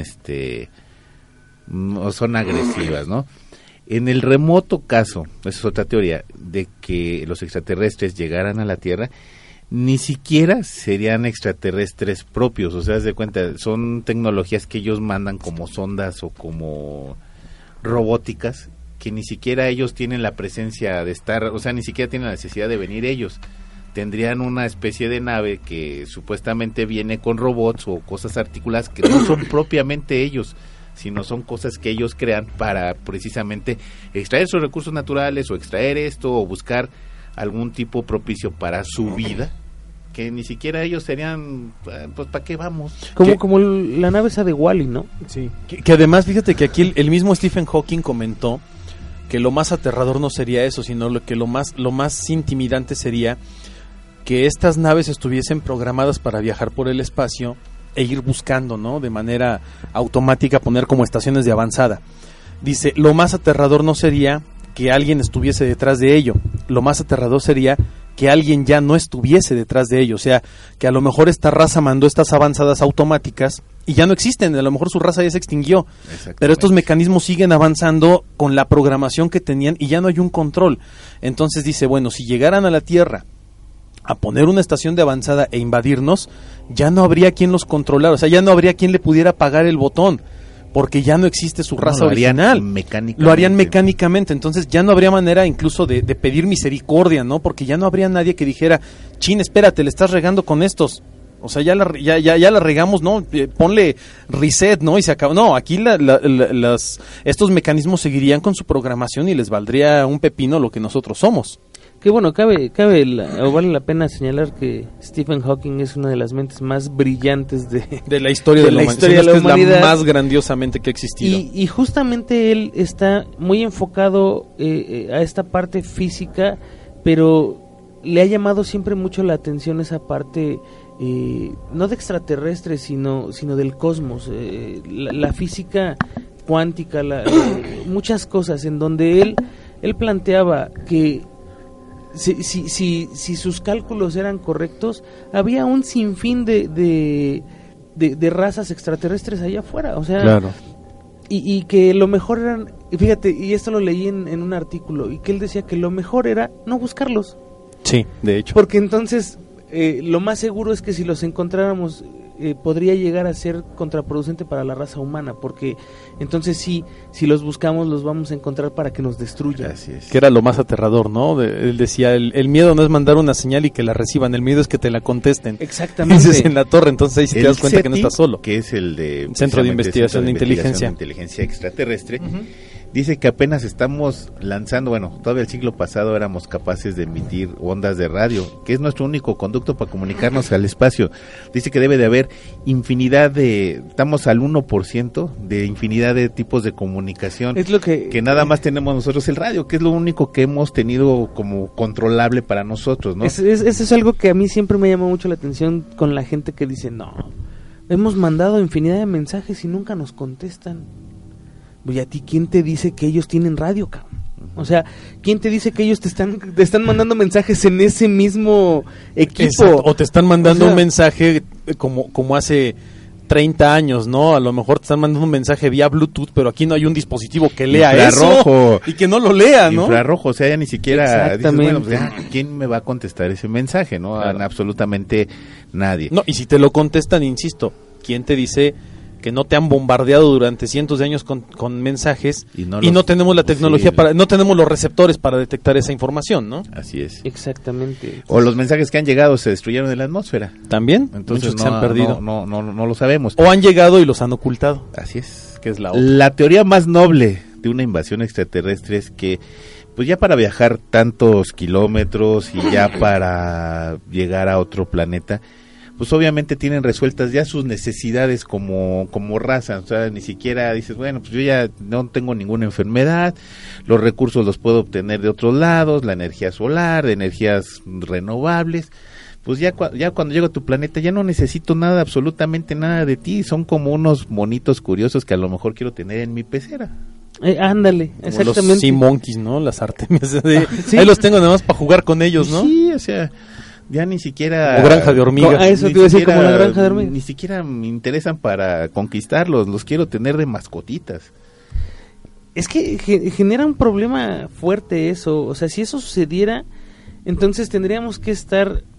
son agresivas, ¿no? En el remoto caso, esa es otra teoría, de que los extraterrestres llegaran a la Tierra, ni siquiera serían extraterrestres propios, o sea, haz de cuenta, son tecnologías que ellos mandan como sondas o como robóticas, que ni siquiera ellos tienen la presencia de estar, o sea, ni siquiera tienen la necesidad de venir ellos. Tendrían una especie de nave que supuestamente viene con robots o cosas articuladas que no son propiamente ellos, sino son cosas que ellos crean para precisamente extraer sus recursos naturales o extraer esto o buscar algún tipo propicio para su vida, que ni siquiera ellos serían, pues ¿para qué vamos? Como la nave esa de Wall-E, ¿no? Sí. Que además, fíjate que aquí el mismo Stephen Hawking comentó que lo más aterrador no sería eso, sino lo más intimidante sería que estas naves estuviesen programadas para viajar por el espacio e ir buscando, ¿no? De manera automática, poner como estaciones de avanzada. Dice, lo más aterrador no sería que alguien estuviese detrás de ello, lo más aterrador sería que alguien ya no estuviese detrás de ello, o sea, que a lo mejor esta raza mandó estas avanzadas automáticas y ya no existen, a lo mejor su raza ya se extinguió, pero estos mecanismos siguen avanzando con la programación que tenían y ya no hay un control. Entonces dice, bueno, si llegaran a la Tierra a poner una estación de avanzada e invadirnos, ya no habría quien los controlara, o sea, ya no habría quien le pudiera apagar el botón, porque ya no existe su raza original. Lo harían mecánicamente, entonces ya no habría manera incluso de pedir misericordia, ¿no? Porque ya no habría nadie que dijera, chin, espérate, le estás regando con estos, o sea, ya la regamos, ¿no? Ponle reset, ¿no? Y se acabó. No, aquí estos mecanismos seguirían con su programación y les valdría un pepino lo que nosotros somos. Que bueno, vale la pena señalar que Stephen Hawking es una de las mentes más brillantes de la historia de la humanidad. Es la más grandiosamente que ha existido. Y justamente él está muy enfocado a esta parte física, pero le ha llamado siempre mucho la atención esa parte, no de extraterrestres, sino del cosmos, la física cuántica, muchas cosas en donde él planteaba que si sus cálculos eran correctos, había un sinfín de razas extraterrestres allá afuera, o sea, claro. y que lo mejor eran, fíjate, y esto lo leí en un artículo, y que él decía que lo mejor era no buscarlos. Sí, de hecho. Porque entonces lo más seguro es que si los encontráramos podría llegar a ser contraproducente para la raza humana, porque entonces si los buscamos los vamos a encontrar para que nos destruyan. Así es. Que era lo más aterrador, ¿no? Él decía, el miedo no es mandar una señal y que la reciban, el miedo es que te la contesten. Exactamente. Dices en la torre, entonces ahí sí te das cuenta que no estás solo. Que es el de Centro de Investigación de Inteligencia Extraterrestre. Dice que apenas estamos lanzando, bueno, todavía el siglo pasado éramos capaces de emitir ondas de radio, que es nuestro único conducto para comunicarnos al espacio. Dice que debe de haber estamos al 1% de infinidad de tipos de comunicación. Es lo que nada más tenemos nosotros el radio, que es lo único que hemos tenido como controlable para nosotros, ¿no? Eso es algo que a mí siempre me llama mucho la atención con la gente que dice, no, hemos mandado infinidad de mensajes y nunca nos contestan. ¿Y a ti quién te dice que ellos tienen radio, cabrón? O sea, ¿quién te dice que ellos te están mandando mensajes en ese mismo equipo? Exacto. O te están mandando un mensaje como hace 30 años, ¿no? A lo mejor te están mandando un mensaje vía Bluetooth, pero aquí no hay un dispositivo que lea eso y que no lo lea, ¿no? Infrarrojo, o sea, ya ni siquiera dices, bueno, pues ya, ¿quién me va a contestar ese mensaje, no? Claro. Absolutamente nadie. No, y si te lo contestan, insisto, ¿quién te dice que no te han bombardeado durante cientos de años con mensajes y no tenemos la tecnología no tenemos los receptores para detectar esa información, ¿no? Así es. Exactamente. O los mensajes que han llegado se destruyeron en la atmósfera. También. Entonces se han perdido. No lo sabemos. O han llegado y los han ocultado. Así es. Que es la otra. La teoría más noble de una invasión extraterrestre es que, pues ya para viajar tantos kilómetros y ya para llegar a otro planeta, pues obviamente tienen resueltas ya sus necesidades como raza, o sea, ni siquiera dices, bueno, pues yo ya no tengo ninguna enfermedad, los recursos los puedo obtener de otros lados, la energía solar, de energías renovables, pues ya cuando llego a tu planeta ya no necesito nada, absolutamente nada de ti, son como unos monitos curiosos que a lo mejor quiero tener en mi pecera. Ándale, exactamente. Los Sea Monkeys, ¿no? Las Artemias, ¿sí? Ahí los tengo nada más para jugar con ellos, ¿no? Sí, o sea, ya ni siquiera... O granja de hormigas. A eso te iba a decir, como la granja de hormigas. Ni siquiera me interesan para conquistarlos, los quiero tener de mascotitas. Es que genera un problema fuerte eso, o sea, si eso sucediera, entonces tendríamos que estar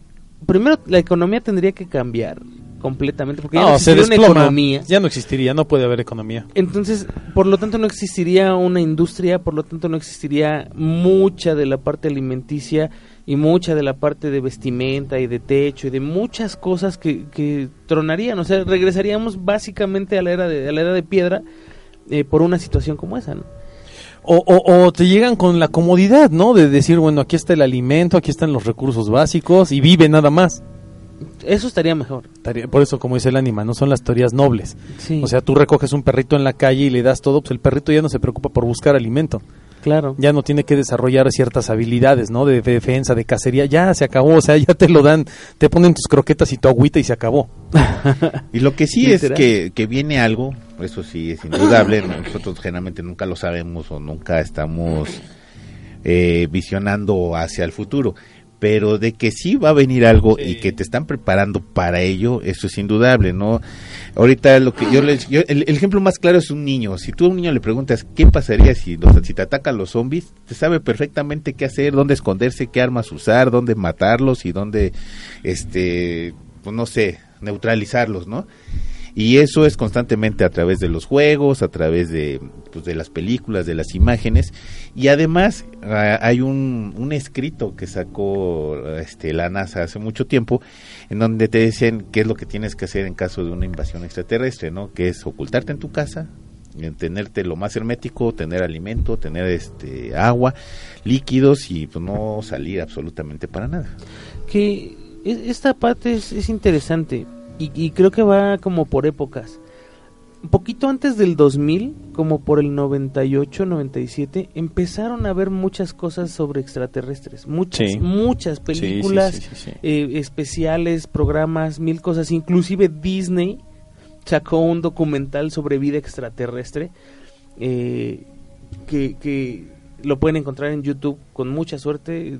primero la economía tendría que cambiar completamente, porque ya No, no se existiría una desploma. economía. Ya no existiría, no puede haber economía. Entonces, por lo tanto no existiría una industria, por lo tanto no existiría mucha de la parte alimenticia y mucha de la parte de vestimenta y de techo y de muchas cosas que tronarían. O sea, regresaríamos básicamente a la era de piedra por una situación como esa, ¿no? O te llegan con la comodidad, ¿no? De decir, bueno, aquí está el alimento, aquí están los recursos básicos y vive nada más. Eso estaría mejor. Por eso, como dice el ánima, no son las teorías nobles. Sí. O sea, tú recoges un perrito en la calle y le das todo, pues el perrito ya no se preocupa por buscar alimento. Claro. Ya no tiene que desarrollar ciertas habilidades, ¿no? De defensa, de cacería, ya se acabó, o sea, ya te lo dan, te ponen tus croquetas y tu agüita y se acabó. Y lo que sí Literal. es que viene algo, eso sí es indudable, nosotros generalmente nunca lo sabemos o nunca estamos visionando hacia el futuro, pero de que sí va a venir algo y que te están preparando para ello, eso es indudable, ¿no? Ahorita lo que el ejemplo más claro es un niño. Si tú a un niño le preguntas qué pasaría si te atacan los zombies, te sabe perfectamente qué hacer, dónde esconderse, qué armas usar, dónde matarlos y dónde, pues no sé, neutralizarlos, ¿no? Y eso es constantemente a través de los juegos, a través de las películas, de las imágenes. Y además hay un escrito que sacó la NASA hace mucho tiempo, en donde te dicen qué es lo que tienes que hacer en caso de una invasión extraterrestre, ¿no? Que es ocultarte en tu casa, tenerte lo más hermético, tener alimento, tener agua, líquidos y pues no salir absolutamente para nada. Que esta parte es interesante. Y creo que va como por épocas. Un poquito antes del 2000, como por el 98, 97, empezaron a ver muchas cosas sobre extraterrestres. Muchas películas, Sí. especiales, programas, mil cosas. Inclusive Disney sacó un documental sobre vida extraterrestre que lo pueden encontrar en YouTube con mucha suerte.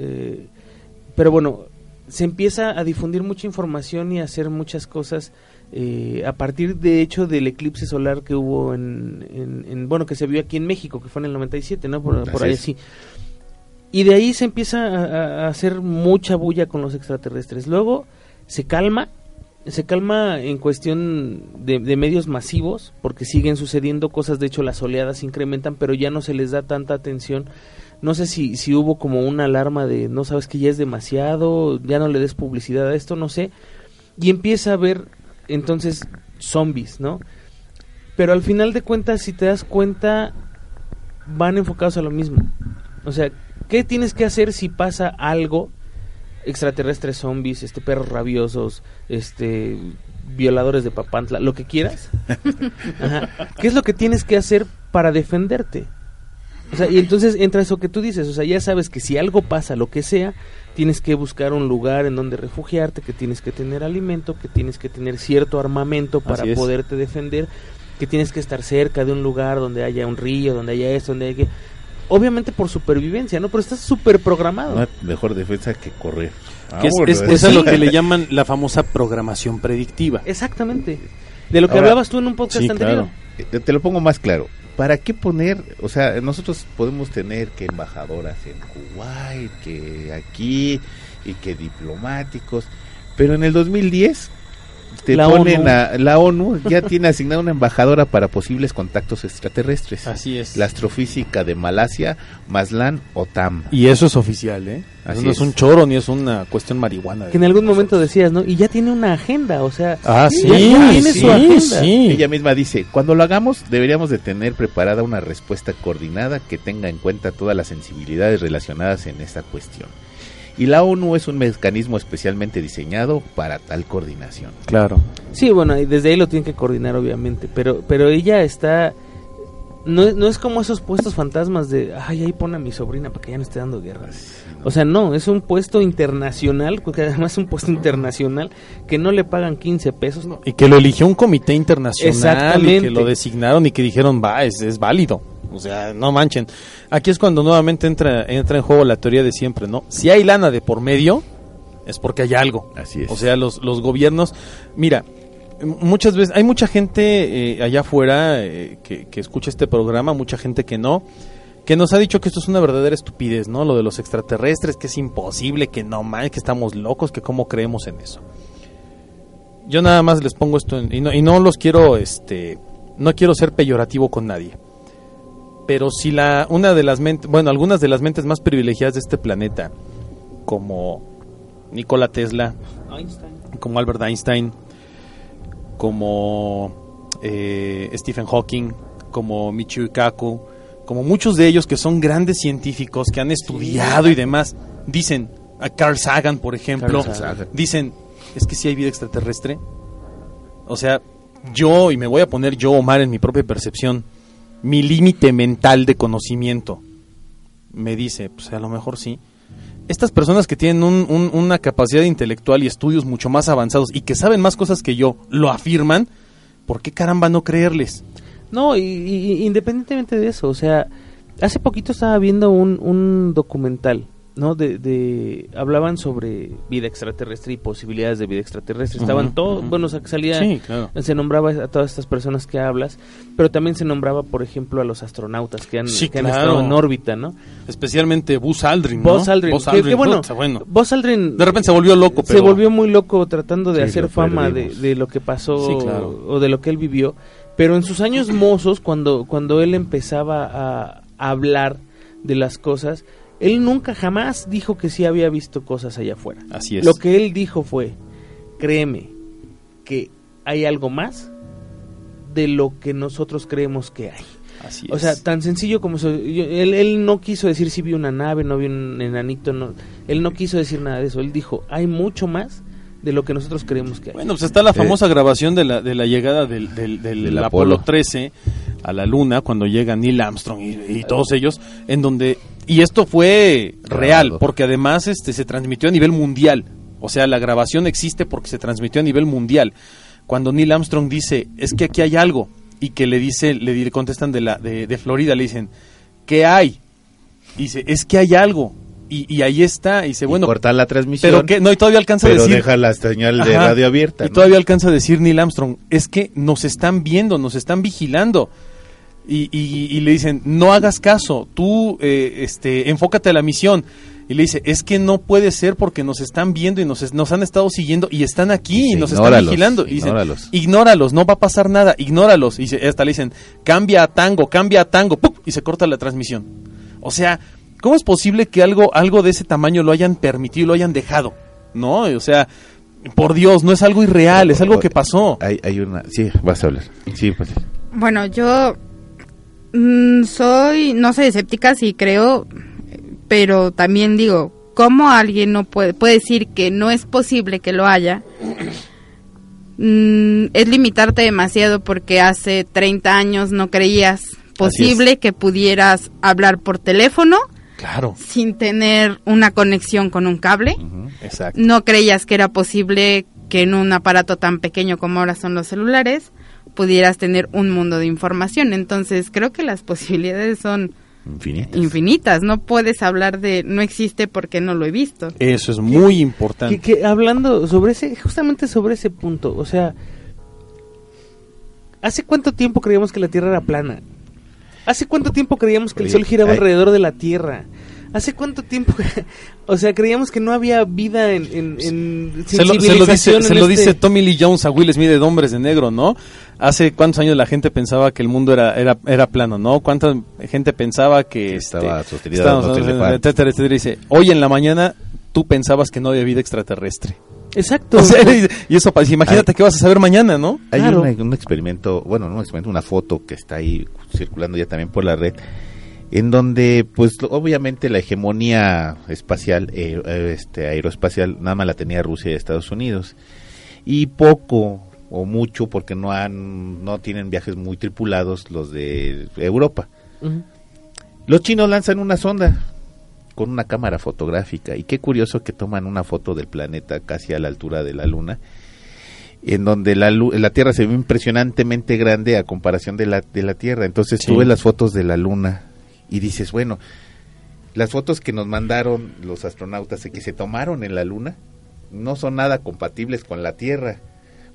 Pero bueno, se empieza a difundir mucha información y a hacer muchas cosas a partir de hecho del eclipse solar que hubo bueno, que se vio aquí en México, que fue en el 97, ¿no? Por ahí así. Y de ahí se empieza a hacer mucha bulla con los extraterrestres. Luego se calma en cuestión de medios masivos, porque siguen sucediendo cosas, de hecho las oleadas se incrementan, pero ya no se les da tanta atención. No sé si hubo como una alarma de no sabes que ya es demasiado, ya no le des publicidad a esto, no sé. Y empieza a haber entonces zombies, ¿no? Pero al final de cuentas, si te das cuenta, van enfocados a lo mismo. O sea, ¿qué tienes que hacer si pasa algo? Extraterrestres, zombies, perros rabiosos, violadores de Papantla, lo que quieras. Ajá. ¿Qué es lo que tienes que hacer para defenderte? O sea, y entonces entra eso que tú dices, o sea, ya sabes que si algo pasa, lo que sea, tienes que buscar un lugar en donde refugiarte, que tienes que tener alimento, que tienes que tener cierto armamento para poderte defender, que tienes que estar cerca de un lugar donde haya un río, donde haya esto, donde haya que... Obviamente por supervivencia, ¿no? Pero estás súper programado. No hay mejor defensa que correr. Es a lo que le llaman la famosa programación predictiva. Exactamente. De lo que Ahora, hablabas tú en un podcast anterior. Claro. Te lo pongo más claro. ¿Para qué poner? O sea, nosotros podemos tener que embajadoras en Kuwait, que aquí, y que diplomáticos, pero en el 2010 la ONU ya tiene asignada una embajadora para posibles contactos extraterrestres. Así es. La astrofísica de Malasia, Maslan Otam. Y eso es oficial, ¿eh? Eso no es un choro ni es una cuestión marihuana. Que en algún momento decías, ¿no? Y ya tiene una agenda, o sea... Ah, sí, ya tiene su agenda. Sí. Ella misma dice, cuando lo hagamos deberíamos de tener preparada una respuesta coordinada que tenga en cuenta todas las sensibilidades relacionadas en esta cuestión. Y la ONU es un mecanismo especialmente diseñado para tal coordinación. Claro. Sí, bueno, y desde ahí lo tienen que coordinar, obviamente, pero ella está... No es como esos puestos fantasmas de, ay, ahí pone a mi sobrina para que ya no esté dando guerra. O sea, no, es un puesto internacional, porque además es un puesto internacional que no le pagan 15 pesos. No. Y que lo eligió un comité internacional. Exactamente. Y que lo designaron y que dijeron, es válido. O sea, no manchen. Aquí es cuando nuevamente entra en juego la teoría de siempre, ¿no? Si hay lana de por medio, es porque hay algo. Así es. O sea, los gobiernos... Mira, muchas veces hay mucha gente allá afuera que escucha este programa, mucha gente que no, que nos ha dicho que esto es una verdadera estupidez, ¿no? Lo de los extraterrestres, que es imposible, que no mal, que estamos locos, que cómo creemos en eso. Yo nada más les pongo esto y no los quiero, no quiero ser peyorativo con nadie. Pero si algunas de las mentes más privilegiadas de este planeta, como Nikola Tesla, como Albert Einstein, como Stephen Hawking, como Michio Kaku, como muchos de ellos que son grandes científicos que han estudiado y demás, dicen, a Carl Sagan, por ejemplo, dicen, es que sí hay vida extraterrestre. O sea, y me voy a poner yo, Omar, en mi propia percepción, mi límite mental de conocimiento me dice, pues a lo mejor sí. Estas personas que tienen una capacidad intelectual y estudios mucho más avanzados y que saben más cosas que yo, lo afirman, ¿por qué caramba no creerles? No, y independientemente de eso, o sea, hace poquito estaba viendo un documental, ¿no? Hablaban sobre vida extraterrestre y posibilidades de vida extraterrestre. Estaban todos, bueno, o sea, que salía, sí, claro. Se nombraba a todas estas personas que hablas, pero también se nombraba, por ejemplo, a los astronautas que han estado en órbita, ¿no? Especialmente Buzz Aldrin, ¿no? Buzz Aldrin, que bueno, Buzz Aldrin de repente se volvió loco, se volvió muy loco tratando de hacer fama de lo que pasó, sí, claro, o de lo que él vivió, pero en sus años mozos, cuando él empezaba a hablar de las cosas, él nunca jamás dijo que sí había visto cosas allá afuera. Así es. Lo que él dijo fue, créeme que hay algo más de lo que nosotros creemos que hay. Así o sea, tan sencillo como eso. Él no quiso decir si vio una nave, no vio un enanito, no, él no quiso decir nada de eso. Él dijo, hay mucho más de lo que nosotros creemos que hay. Bueno, pues está la famosa grabación de la llegada del Apolo 13 a la Luna, cuando llega Neil Armstrong y todos ellos, en donde, y esto fue real, porque además se transmitió a nivel mundial. O sea, la grabación existe porque se transmitió a nivel mundial. Cuando Neil Armstrong dice, es que aquí hay algo, y que le contestan de Florida, le dicen, ¿qué hay? Y dice, es que hay algo. Y ahí está, y dice, bueno, corta la transmisión, pero que no, y todavía alcanza a decir, deja la señal de radio abierta, y todavía alcanza a decir Neil Armstrong, es que nos están viendo, nos están vigilando, y le dicen, no hagas caso, tú enfócate a la misión, y le dice, es que no puede ser porque nos están viendo y nos han estado siguiendo y están aquí y nos están vigilando, y dicen, ignóralos, no va a pasar nada, ignóralos, y hasta le dicen, cambia a tango, ¡pum! Y se corta la transmisión. O sea, ¿cómo es posible que algo de ese tamaño lo hayan permitido y lo hayan dejado? ¿No? O sea, por Dios, no es algo irreal, es algo que pasó. Hay una... Sí, vas a hablar. Sí, pues. Bueno, yo no soy escéptica, sí creo, pero también digo, ¿cómo alguien no puede decir que no es posible que lo haya? Es limitarte demasiado, porque hace 30 años no creías posible que pudieras hablar por teléfono, claro, sin tener una conexión con un cable. Exacto. No creías que era posible que en un aparato tan pequeño como ahora son los celulares pudieras tener un mundo de información. Entonces creo que las posibilidades son infinitas. No puedes hablar de no existe porque no lo he visto. Eso es muy importante. Que hablando justamente sobre ese punto, o sea, ¿hace cuánto tiempo creíamos que la Tierra era plana? ¿Hace cuánto tiempo creíamos que el Sol giraba alrededor de la Tierra? ¿Hace cuánto tiempo? O sea, creíamos que no había vida en civilización. Se lo dice Tommy Lee Jones a Will Smith de Hombres de Negro, ¿no? ¿Hace cuántos años la gente pensaba que el mundo era plano, no? ¿Cuánta gente pensaba que estaba sostenida, etcétera? Dice, hoy en la mañana tú pensabas que no había vida extraterrestre. Exacto. O sea, y eso, imagínate qué vas a saber mañana, ¿no? Hay un experimento, una foto que está ahí circulando ya también por la red, en donde, pues, obviamente la hegemonía espacial, aeroespacial, nada más la tenía Rusia y Estados Unidos, y poco o mucho, porque no tienen viajes muy tripulados los de Europa. Uh-huh. Los chinos lanzan una sonda con una cámara fotográfica, y qué curioso que toman una foto del planeta casi a la altura de la Luna, en donde la Tierra se ve impresionantemente grande a comparación de la Tierra. Entonces tú ves las fotos de la Luna y dices, bueno, las fotos que nos mandaron los astronautas y que se tomaron en la Luna no son nada compatibles con la Tierra,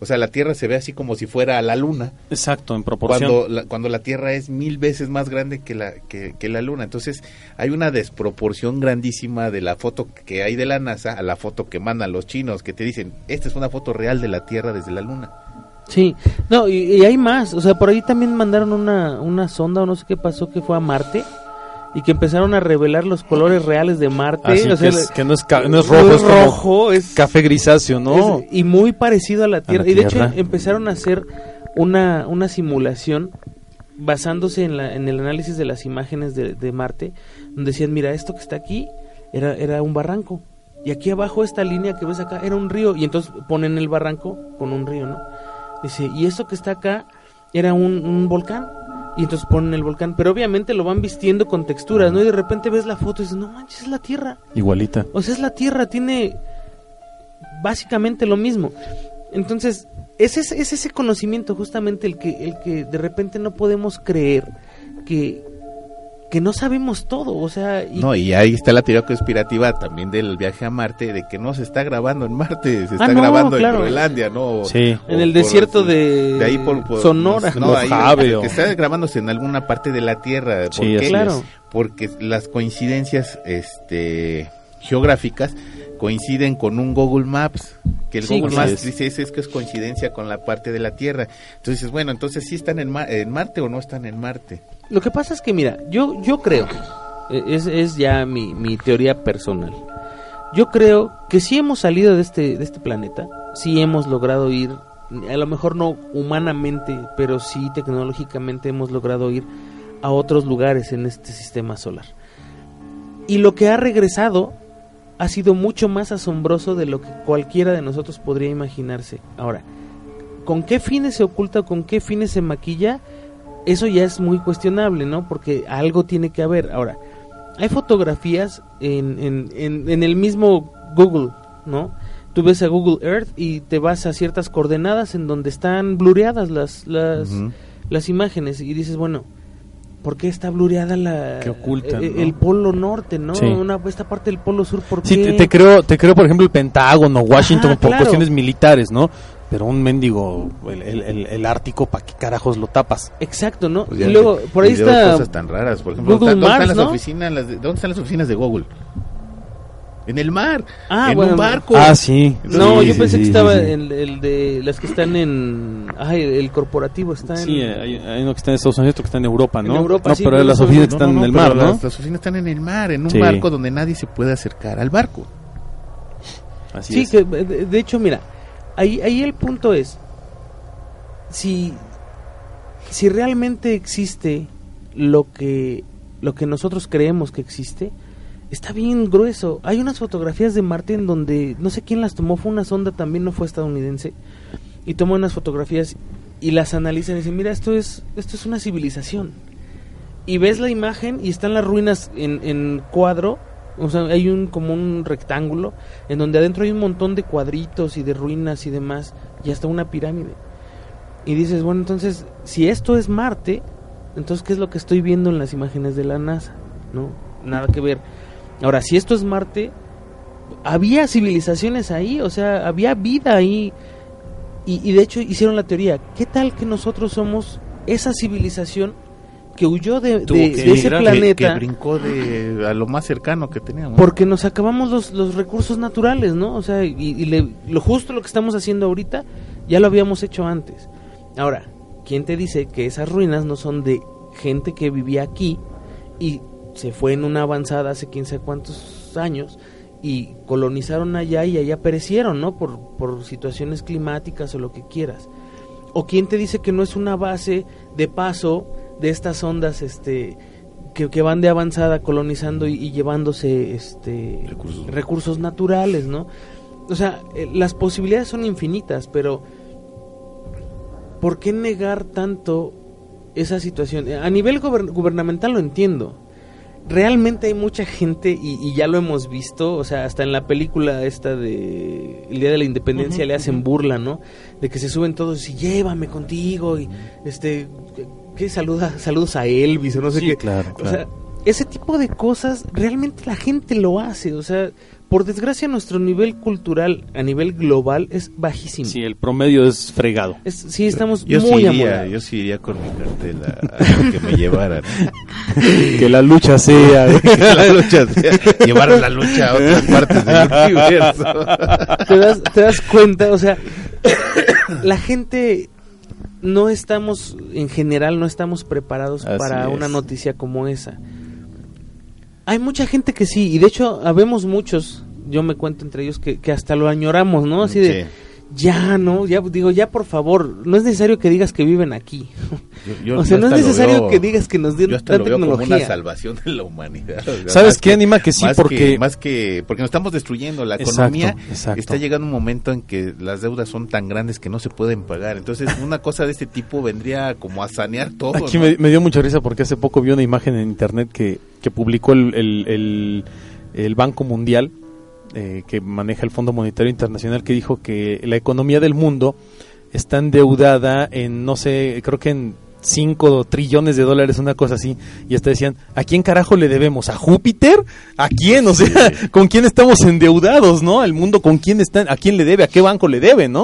O sea, la Tierra se ve así como si fuera la Luna. Exacto, en proporción. Cuando la Tierra es 1000 veces más grande que la Luna. Entonces, hay una desproporción grandísima de la foto que hay de la NASA a la foto que mandan los chinos, que te dicen, esta es una foto real de la Tierra desde la Luna. Sí, no, y hay más. O sea, por ahí también mandaron una sonda o no sé qué pasó, que fue a Marte. Y que empezaron a revelar los colores reales de Marte. Así o sea, que no es rojo, es rojo, es café grisáceo, ¿no? Y muy parecido a la Tierra. Y de hecho Tierra. empezaron a hacer una simulación basándose en el análisis de las imágenes de Marte, donde decían, mira, esto que está aquí era un barranco. Y aquí abajo esta línea que ves acá era un río. Y entonces ponen el barranco con un río, ¿no? Dice, y esto que está acá era un volcán. Y entonces ponen el volcán, pero obviamente lo van vistiendo con texturas, ¿no? Y de repente ves la foto y dices, no manches, es la Tierra. Igualita. O sea, es la Tierra, tiene básicamente lo mismo. Entonces, es ese conocimiento justamente el que de repente no podemos creer que no sabemos todo, o sea... Y ahí está la teoría conspirativa también del viaje a Marte, de que no se está grabando en Marte, se está grabando en Groenlandia, ¿no? Sí. En el desierto de ahí Sonora. No, ahí Mojave, que está grabándose en alguna parte de la Tierra. ¿Por Sí, qué? claro. Porque las coincidencias geográficas coinciden con un Google Maps, que el Google Maps dice es que es coincidencia con la parte de la Tierra. Entonces, bueno, entonces ¿sí están en Marte o no están en Marte? Lo que pasa es que, mira, yo creo, es ya mi teoría personal, yo creo que sí hemos salido de este planeta, sí hemos logrado ir, a lo mejor no humanamente, pero sí tecnológicamente hemos logrado ir a otros lugares en este sistema solar. Y lo que ha regresado ha sido mucho más asombroso de lo que cualquiera de nosotros podría imaginarse. Ahora, ¿con qué fines se oculta, con qué fines se maquilla? Eso ya es muy cuestionable, ¿no? Porque algo tiene que haber. Ahora, hay fotografías en el mismo Google, ¿no? Tú ves a Google Earth y te vas a ciertas coordenadas en donde están blureadas las imágenes y dices, bueno, ¿por qué está blureada ¿Qué oculta, no? el polo norte, no? Sí. Esta parte del polo sur, ¿por qué? Sí, te creo, por ejemplo, el Pentágono, Washington, por claro. cuestiones militares, ¿no? Pero un mendigo, el Ártico, ¿para qué carajos lo tapas? Exacto, ¿no? Pues y luego, por ahí está... cosas tan raras, por ejemplo, Google ¿dónde Maps, están ¿no? ¿Dónde están las oficinas de Google? En el mar, en bueno, un barco. Sí. No, yo pensé que estaba sí. el de las que están en... el corporativo está en... Sí, hay uno que está en Estados Unidos, otro que está en Europa, ¿no? En Europa, no, sí, pero pero las eso- oficinas están en el mar, pero ¿no? Las oficinas están en el mar, en un Sí. barco donde nadie se puede acercar al barco. Así Sí, es. que de hecho, mira, ahí el punto es, si realmente existe lo que nosotros creemos que existe, está bien grueso. Hay unas fotografías de Marte en donde, no sé quién las tomó, fue una sonda también, no fue estadounidense, y tomó unas fotografías y las analizan y dicen, mira, esto es una civilización. Y ves la imagen y están las ruinas en cuadro. O sea, hay como un rectángulo en donde adentro hay un montón de cuadritos y de ruinas y demás, y hasta una pirámide. Y dices, bueno, entonces, si esto es Marte, entonces, ¿qué es lo que estoy viendo en las imágenes de la NASA? ¿No? Nada que ver. Ahora, si esto es Marte, había civilizaciones ahí, o sea, había vida ahí. Y de hecho hicieron la teoría, ¿qué tal que nosotros somos esa civilización que huyó de ese planeta? Que brincó a lo más cercano que teníamos. Porque nos acabamos los recursos naturales, ¿no? O sea, lo justo lo que estamos haciendo ahorita, ya lo habíamos hecho antes. Ahora, ¿quién te dice que esas ruinas no son de gente que vivía aquí y se fue en una avanzada hace quién sabe cuántos años y colonizaron allá y allá perecieron, ¿no? Por situaciones climáticas o lo que quieras. ¿O quién te dice que no es una base de paso de estas ondas que van de avanzada colonizando y llevándose recursos naturales, ¿no? O sea, las posibilidades son infinitas, pero ¿por qué negar tanto esa situación? A nivel gubernamental lo entiendo. Realmente hay mucha gente y ya lo hemos visto, o sea, hasta en la película esta de El Día de la Independencia le hacen burla, ¿no? De que se suben todos y llévame contigo y ¿qué saludos a Elvis o no sé qué. Claro. O sea, ese tipo de cosas realmente la gente lo hace, o sea, por desgracia nuestro nivel cultural a nivel global es bajísimo. Sí, el promedio es fregado. Sí, estamos yo muy sí amorados. Yo sí iría con mi cartela a que me llevaran. Que la lucha sea... Llevar la lucha a otras partes del universo. ¿Te das cuenta? O sea, la gente no estamos, en general, no estamos preparados para una noticia como esa. Hay mucha gente que sí, y de hecho habemos muchos, yo me cuento entre ellos, que hasta lo añoramos, ¿no? Así de, ya, ¿no? Ya digo, ya por favor, no es necesario que digas que viven aquí. O sea, no es necesario que digas que nos dieron tanta tecnología. Yo hasta lo veo como una salvación de la humanidad. ¿Sabes qué, Anima? Que sí, porque nos estamos destruyendo. La economía está llegando un momento en que las deudas son tan grandes que no se pueden pagar. Entonces, una cosa de este tipo vendría como a sanear todo. Aquí ¿no? me dio mucha risa porque hace poco vi una imagen en internet que publicó el Banco Mundial, que maneja el Fondo Monetario Internacional, que dijo que la economía del mundo está endeudada en, no sé, creo que en 5 trillones de dólares, una cosa así, y hasta decían, ¿a quién carajo le debemos? ¿A Júpiter? ¿A quién? O sea, ¿con quién estamos endeudados, no? El mundo, ¿con quién están? ¿A quién le debe? ¿A qué banco le debe, no?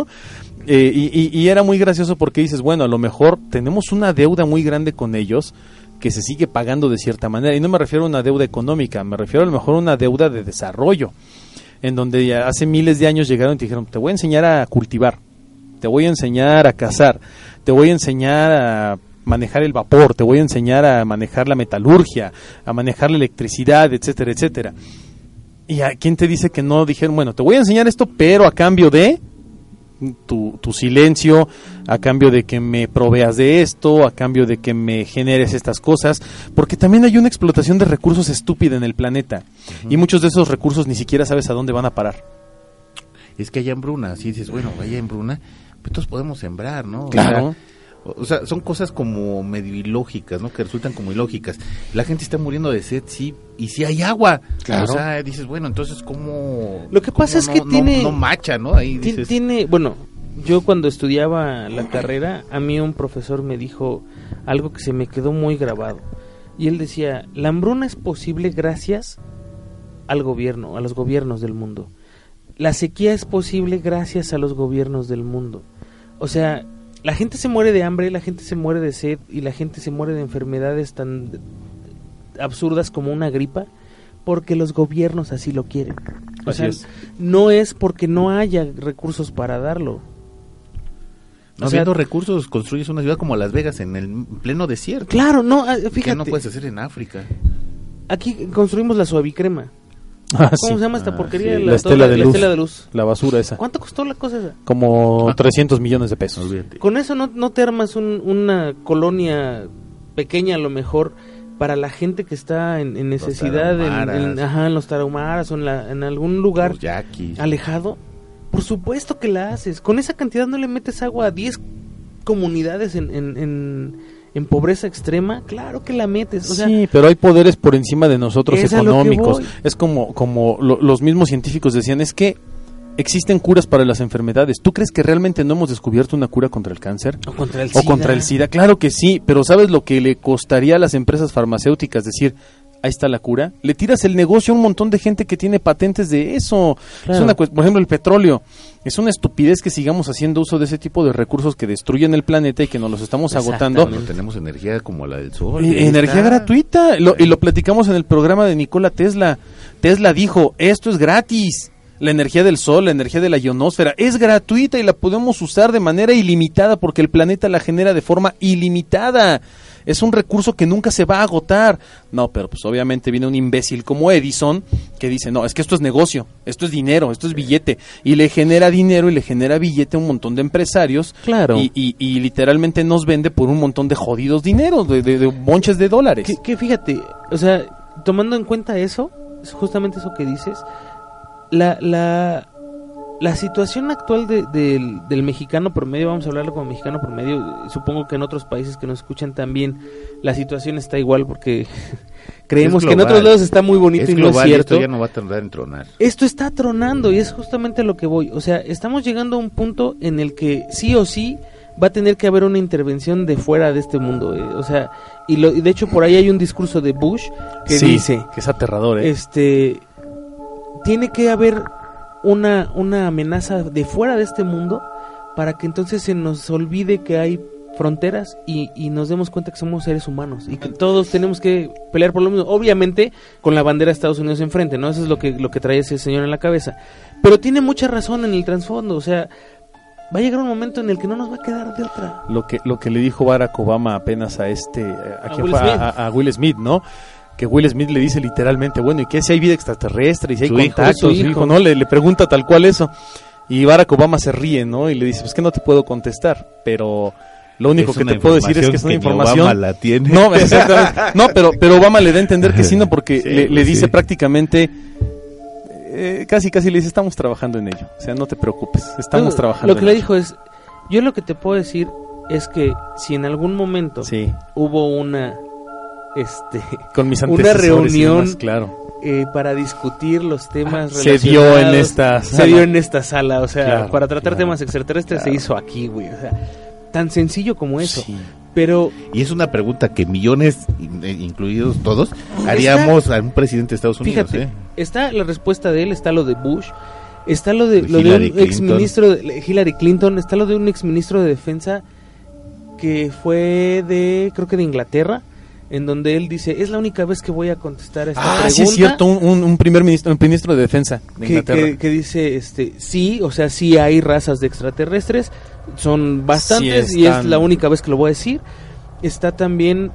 Y era muy gracioso porque dices, bueno, a lo mejor tenemos una deuda muy grande con ellos que se sigue pagando de cierta manera, y no me refiero a una deuda económica, me refiero a lo mejor a una deuda de desarrollo, en donde ya hace miles de años llegaron y te dijeron, te voy a enseñar a cultivar, te voy a enseñar a cazar, te voy a enseñar a manejar el vapor, te voy a enseñar a manejar la metalurgia, a manejar la electricidad, etcétera, etcétera. ¿Y a quién te dice que no dijeron, bueno, te voy a enseñar esto, pero a cambio de tu silencio, a cambio de que me proveas de esto, a cambio de que me generes estas cosas? Porque también hay una explotación de recursos estúpida en el planeta, y muchos de esos recursos ni siquiera sabes a dónde van a parar. Es que hay hambruna, si dices, bueno, hay hambruna, pues todos podemos sembrar, ¿no? Claro. O sea, son cosas como medio ilógicas, ¿no? Que resultan como ilógicas. La gente está muriendo de sed, sí, y sí hay agua. Claro. O sea, dices, bueno, entonces, ¿cómo? Lo que pasa es que no macha, ¿no? Ahí dices. Bueno, yo cuando estudiaba la carrera, a mí un profesor me dijo algo que se me quedó muy grabado. Y él decía, la hambruna es posible gracias al gobierno, a los gobiernos del mundo. La sequía es posible gracias a los gobiernos del mundo. O sea, la gente se muere de hambre, la gente se muere de sed y la gente se muere de enfermedades tan absurdas como una gripa porque los gobiernos así lo quieren. O sea, no es porque no haya recursos para darlo. No, habiendo recursos, construyes una ciudad como Las Vegas en el pleno desierto. Claro, no, fíjate. ¿Qué no puedes hacer en África? Aquí construimos la suavicrema. ¿Cómo se llama esta porquería? Sí. La estela de luz. La basura esa. ¿Cuánto costó la cosa esa? Como 300 millones de pesos. Olvídate. Con eso no te armas una colonia pequeña a lo mejor para la gente que está en necesidad, en los tarahumaras o en algún lugar alejado. Por supuesto que la haces. Con esa cantidad no le metes agua a 10 comunidades en pobreza extrema, claro que la metes. O sea, sí, pero hay poderes por encima de nosotros económicos. Es como los mismos científicos decían, es que existen curas para las enfermedades. ¿Tú crees que realmente no hemos descubierto una cura contra el cáncer? ¿O contra el SIDA? ¿O contra el SIDA? Claro que sí, pero ¿sabes lo que le costaría a las empresas farmacéuticas decir, ahí está la cura? Le tiras el negocio a un montón de gente que tiene patentes de eso. Claro. Por ejemplo, el petróleo. Es una estupidez que sigamos haciendo uso de ese tipo de recursos que destruyen el planeta y que nos los estamos agotando. No tenemos energía como la del sol. Energía gratuita. Y lo platicamos en el programa de Nikola Tesla. Tesla dijo, esto es gratis. La energía del sol, la energía de la ionosfera es gratuita y la podemos usar de manera ilimitada porque el planeta la genera de forma ilimitada. Es un recurso que nunca se va a agotar. No, pero pues obviamente viene un imbécil como Edison que dice, no, es que esto es negocio, esto es dinero, esto es billete. Y le genera dinero y le genera billete a un montón de empresarios. Claro. Y literalmente nos vende por un montón de jodidos dineros, de bonches de dólares. Que fíjate, o sea, tomando en cuenta eso, justamente eso que dices, la situación actual del mexicano promedio, vamos a hablarlo como mexicano promedio, supongo que en otros países que nos escuchan también la situación está igual porque creemos que en otros lados está muy bonito y no es cierto. Esto ya no va a tardar en tronar. Esto está tronando y es justamente a lo que voy. O sea, estamos llegando a un punto en el que sí o sí va a tener que haber una intervención de fuera de este mundo. O sea, y de hecho por ahí hay un discurso de Bush que dice que es aterrador. tiene que haber una amenaza de fuera de este mundo para que entonces se nos olvide que hay fronteras y nos demos cuenta que somos seres humanos y que todos tenemos que pelear por lo mismo, obviamente con la bandera de Estados Unidos enfrente, ¿no? Eso es lo que trae ese señor en la cabeza, pero tiene mucha razón en el trasfondo, o sea, va a llegar un momento en el que no nos va a quedar de otra. Lo que le dijo Barack Obama apenas a Will Smith, ¿no? Que Will Smith le dice literalmente, bueno, ¿y qué si hay vida extraterrestre? ¿Y si hay contactos? Su hijo, ¿no? Le pregunta tal cual eso. Y Barack Obama se ríe, ¿no? Y le dice, pues que no te puedo contestar, pero lo único que te puedo decir es que es una información... Obama la tiene. No, exactamente. No, pero Obama le da a entender que sí, no, porque sí, le dice prácticamente... casi le dice, estamos trabajando en ello. O sea, no te preocupes, estamos trabajando en ello. Lo que le dijo es, yo lo que te puedo decir es que si en algún momento hubo una... con mis una reunión demás, claro. Para discutir los temas se dio en esta sala, o sea, claro, para tratar temas extraterrestres se hizo aquí, güey, o sea, tan sencillo como eso. Sí. Pero y es una pregunta que millones, incluidos todos, haríamos a un presidente de Estados Unidos. Fíjate, está la respuesta de él, está lo de Bush, está lo de un exministro de Hillary Clinton, está lo de un exministro de defensa que fue creo que de Inglaterra, en donde él dice, es la única vez que voy a contestar esta pregunta. Sí es cierto, un ministro de defensa de Inglaterra. Que dice, sí, o sea, sí hay razas de extraterrestres, son bastantes, y es la única vez que lo voy a decir. Está también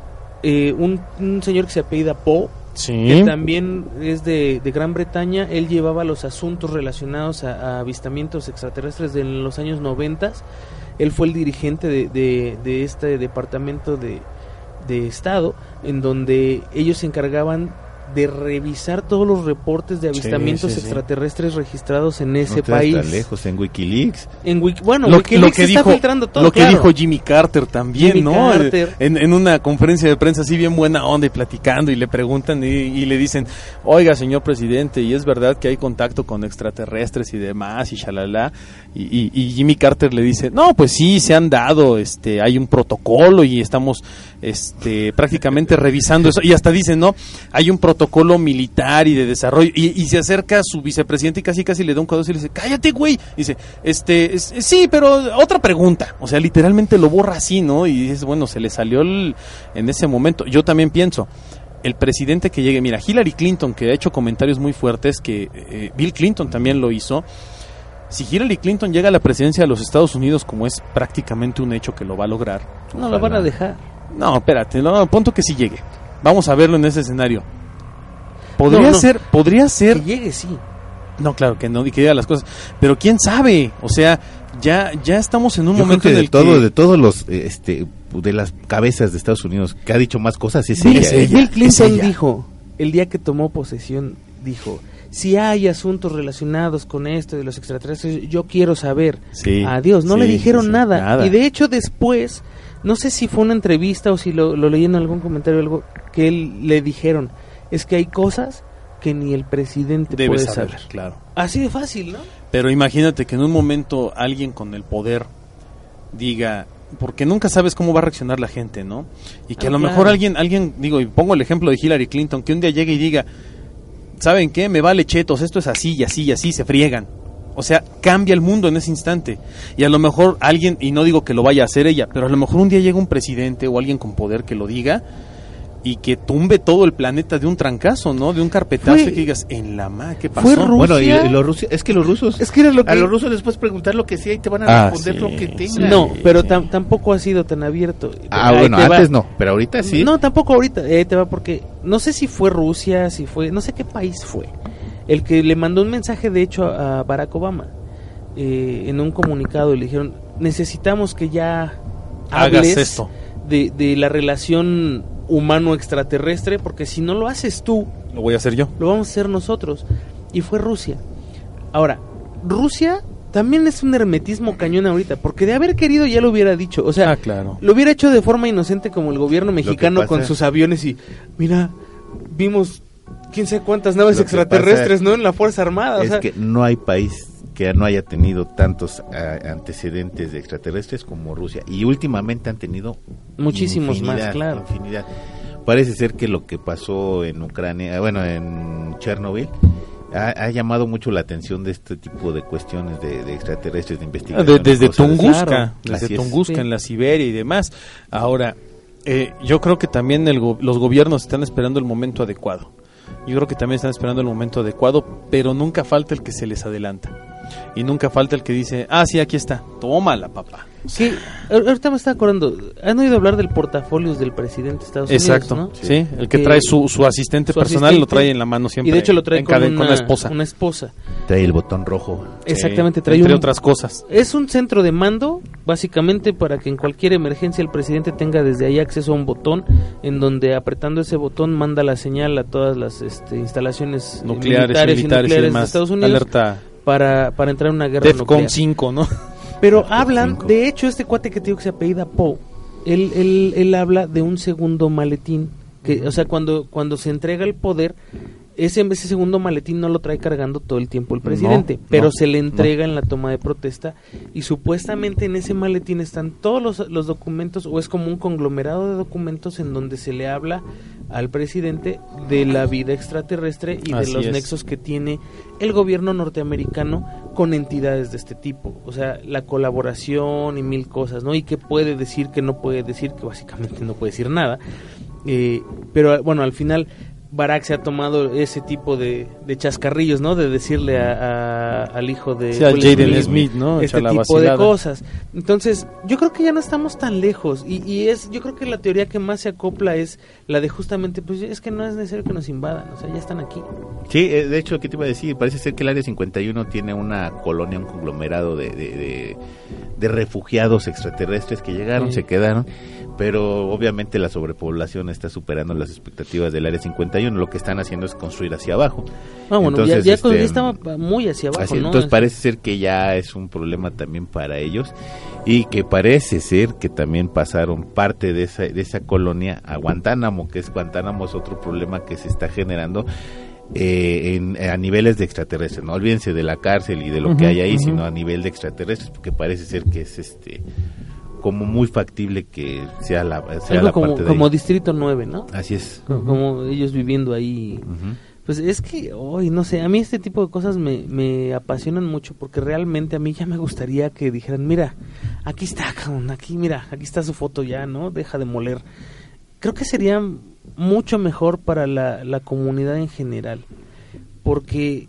un señor que se apellida Poe, que también es de Gran Bretaña. Él llevaba los asuntos relacionados a avistamientos extraterrestres de los años 90. Él fue el dirigente de este departamento de Estado, en donde ellos se encargaban de revisar todos los reportes de avistamientos extraterrestres registrados en ese país. Tan lejos, en Wikileaks. Wikileaks está filtrando todo. Lo que dijo Jimmy Carter también, Carter. En una conferencia de prensa así bien buena onda y platicando, y le preguntan y le dicen, oiga, señor presidente, ¿y es verdad que hay contacto con extraterrestres y demás? Y shalala. Y Jimmy Carter le dice, no, pues sí, se han dado, hay un protocolo y estamos prácticamente revisando eso, y hasta dicen, no, hay un protocolo militar y de desarrollo, y se acerca a su vicepresidente y casi le da un codazo y le dice, cállate, güey. Dice, sí, pero otra pregunta. O sea, literalmente lo borra así, ¿no? Y dices, bueno, se le salió en ese momento. Yo también pienso, el presidente que llegue, mira, Hillary Clinton, que ha hecho comentarios muy fuertes, que Bill Clinton también lo hizo. Si Hillary Clinton llega a la presidencia de los Estados Unidos, como es prácticamente un hecho que lo va a lograr, no lo van a dejar. No, espérate, punto que sí llegue. Vamos a verlo en ese escenario. Podría ser que llegue, sí. No, claro que no, y que diga las cosas, pero quién sabe. O sea, ya estamos en un momento en el de todos los de las cabezas de Estados Unidos que ha dicho más cosas, es ella. Bill Clinton dijo, el día que tomó posesión, dijo, si hay asuntos relacionados con esto de los extraterrestres, yo quiero saber. Adiós, no le dijeron nada. Y de hecho después, no sé si fue una entrevista o si lo leí en algún comentario o algo, que él le dijeron, es que hay cosas que ni el presidente debe puede saber. Claro. Así de fácil, ¿no? Pero imagínate que en un momento alguien con el poder diga, porque nunca sabes cómo va a reaccionar la gente, ¿no? Y que a lo mejor alguien, digo, y pongo el ejemplo de Hillary Clinton, que un día llegue y diga, ¿saben qué? Me vale chetos, esto es así y así y así, se friegan. O sea, cambia el mundo en ese instante. Y a lo mejor alguien, y no digo que lo vaya a hacer ella, pero a lo mejor un día llega un presidente o alguien con poder que lo diga y que tumbe todo el planeta de un trancazo, ¿no? De un carpetazo, y que digas, ¿qué pasó? ¿Fue Rusia? Bueno, y los rusos, es que los rusos, a los rusos les puedes preguntar lo que sea y te van a responder lo que tengan. No, pero tampoco ha sido tan abierto. Bueno, antes no, pero ahorita sí. No, tampoco ahorita, te va porque no sé si fue Rusia, no sé qué país fue, el que le mandó un mensaje de hecho a Barack Obama, en un comunicado, y le dijeron, necesitamos que ya hables esto de la relación humano extraterrestre, porque si no lo haces tú, lo voy a hacer yo, lo vamos a hacer nosotros. Y fue Rusia. Ahora, Rusia también es un hermetismo cañón ahorita, porque de haber querido ya lo hubiera dicho, o sea, claro, lo hubiera hecho de forma inocente como el gobierno mexicano con sus aviones y mira, vimos quién sabe cuántas naves extraterrestres, ¿no? En la Fuerza Armada. Es que no hay país que no haya tenido tantos antecedentes de extraterrestres como Rusia, y últimamente han tenido muchísimos más, claro. Infinidad. Parece ser que lo que pasó en Ucrania, en Chernobyl, ha llamado mucho la atención de este tipo de cuestiones de extraterrestres, de investigación. Desde Tunguska, Claro. desde Así es. Tunguska Sí. en la Siberia y demás. Ahora, yo creo que también los gobiernos están esperando el momento adecuado. Yo creo que también están esperando el momento adecuado, pero nunca falta el que se les adelanta. Y nunca falta el que dice, sí, aquí está, tómala, papá. Sí, ahorita me estaba acordando, ¿han oído hablar del portafolios del presidente de Estados Exacto, Unidos, ¿no? sí, el que trae su asistente su personal asistente, lo trae en la mano siempre. Y de hecho lo trae con una esposa. Una esposa. Trae el botón rojo. Exactamente, Sí, trae entre otras cosas. Es un centro de mando, básicamente para que en cualquier emergencia el presidente tenga desde ahí acceso a un botón, en donde apretando ese botón manda la señal a todas las instalaciones Nucleares y nucleares de demás. Estados Unidos Alerta para entrar en una guerra DEFCON nuclear. 5, ¿no? Pero Defcon hablan, 5. de hecho, este cuate que te digo que se apellida Poe, él habla de un segundo maletín, que, o sea, cuando se entrega el poder, ese segundo maletín no lo trae cargando todo el tiempo el presidente, pero se le entrega en la toma de protesta, y supuestamente en ese maletín están todos los documentos, o es como un conglomerado de documentos en donde se le habla al presidente de la vida extraterrestre y Así de los es. nexos que tiene el gobierno norteamericano con entidades de este tipo, o sea, la colaboración y mil cosas, ¿no? Y qué puede decir, qué no puede decir, que básicamente no puede decir nada, pero bueno, al final Barack se ha tomado ese tipo de chascarrillos, ¿no? De decirle al hijo de Sí, a Will Jaden Smith, ¿no? este Echar la tipo de vacilada. cosas. Entonces, yo creo que ya no estamos tan lejos, y yo creo que la teoría que más se acopla es la de justamente, pues es que no es necesario que nos invadan, o sea, ya están aquí. Sí, de hecho, ¿qué te iba a decir? Parece ser que el Área 51 tiene una colonia, un conglomerado de refugiados extraterrestres que llegaron, Sí. se quedaron, pero obviamente la sobrepoblación está superando las expectativas del Área 51. Lo que están haciendo es construir hacia abajo. Bueno, Entonces, ya estaba muy hacia abajo, así, ¿no? entonces parece ser que ya es un problema también para ellos, y que parece ser que también pasaron parte de esa colonia a Guantánamo, que Guantánamo es otro problema que se está generando a niveles de extraterrestres. No olvídense de la cárcel y de lo que hay ahí, sino a nivel de extraterrestres, porque parece ser que es como muy factible que sea la algo parte de como ahí. Distrito 9, ¿no? Así es. Como ellos viviendo ahí. Ujú. Pues es que, hoy no sé, a mí este tipo de cosas me apasionan mucho, porque realmente a mí ya me gustaría que dijeran, mira, aquí está, cabrón, aquí está su foto ya, ¿no? Deja de moler. Creo que sería mucho mejor para la comunidad en general, porque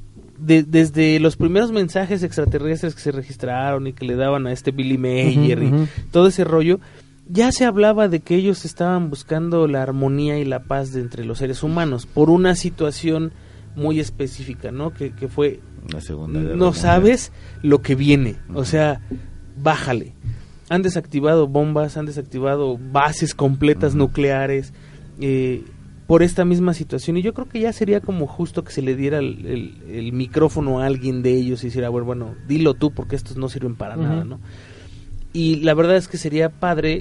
desde los primeros mensajes extraterrestres que se registraron y que le daban a Billy Mayer y todo ese rollo, ya se hablaba de que ellos estaban buscando la armonía y la paz entre los seres humanos por una situación muy específica, ¿no? Que fue, La Segunda Guerra no Mundial. sabes lo que viene, o sea, bájale. Han desactivado bombas, han desactivado bases completas nucleares por esta misma situación, y yo creo que ya sería como justo que se le diera el micrófono a alguien de ellos y hiciera, bueno, dilo tú porque estos no sirven para nada, ¿no? Y la verdad es que sería padre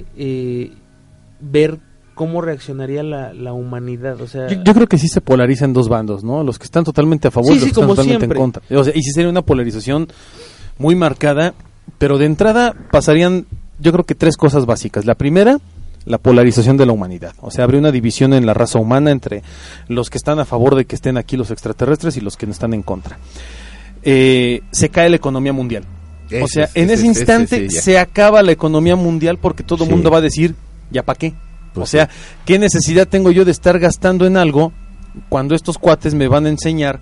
ver cómo reaccionaría la humanidad, o sea... Yo creo que sí se polariza en dos bandos, ¿no? Los que están totalmente a favor Sí, y los sí, que están como totalmente siempre. en contra. O sea, y sí sería una polarización muy marcada, pero de entrada pasarían, yo creo que tres cosas básicas. La primera, la polarización de la humanidad. O sea, habría una división en la raza humana entre los que están a favor de que estén aquí los extraterrestres y los que no están en contra. Se cae la economía mundial. O sea, en ese instante ya. se acaba la economía mundial porque todo el Sí. mundo va a decir, ¿ya para qué? Pues o sea, ¿qué necesidad tengo yo de estar gastando en algo cuando estos cuates me van a enseñar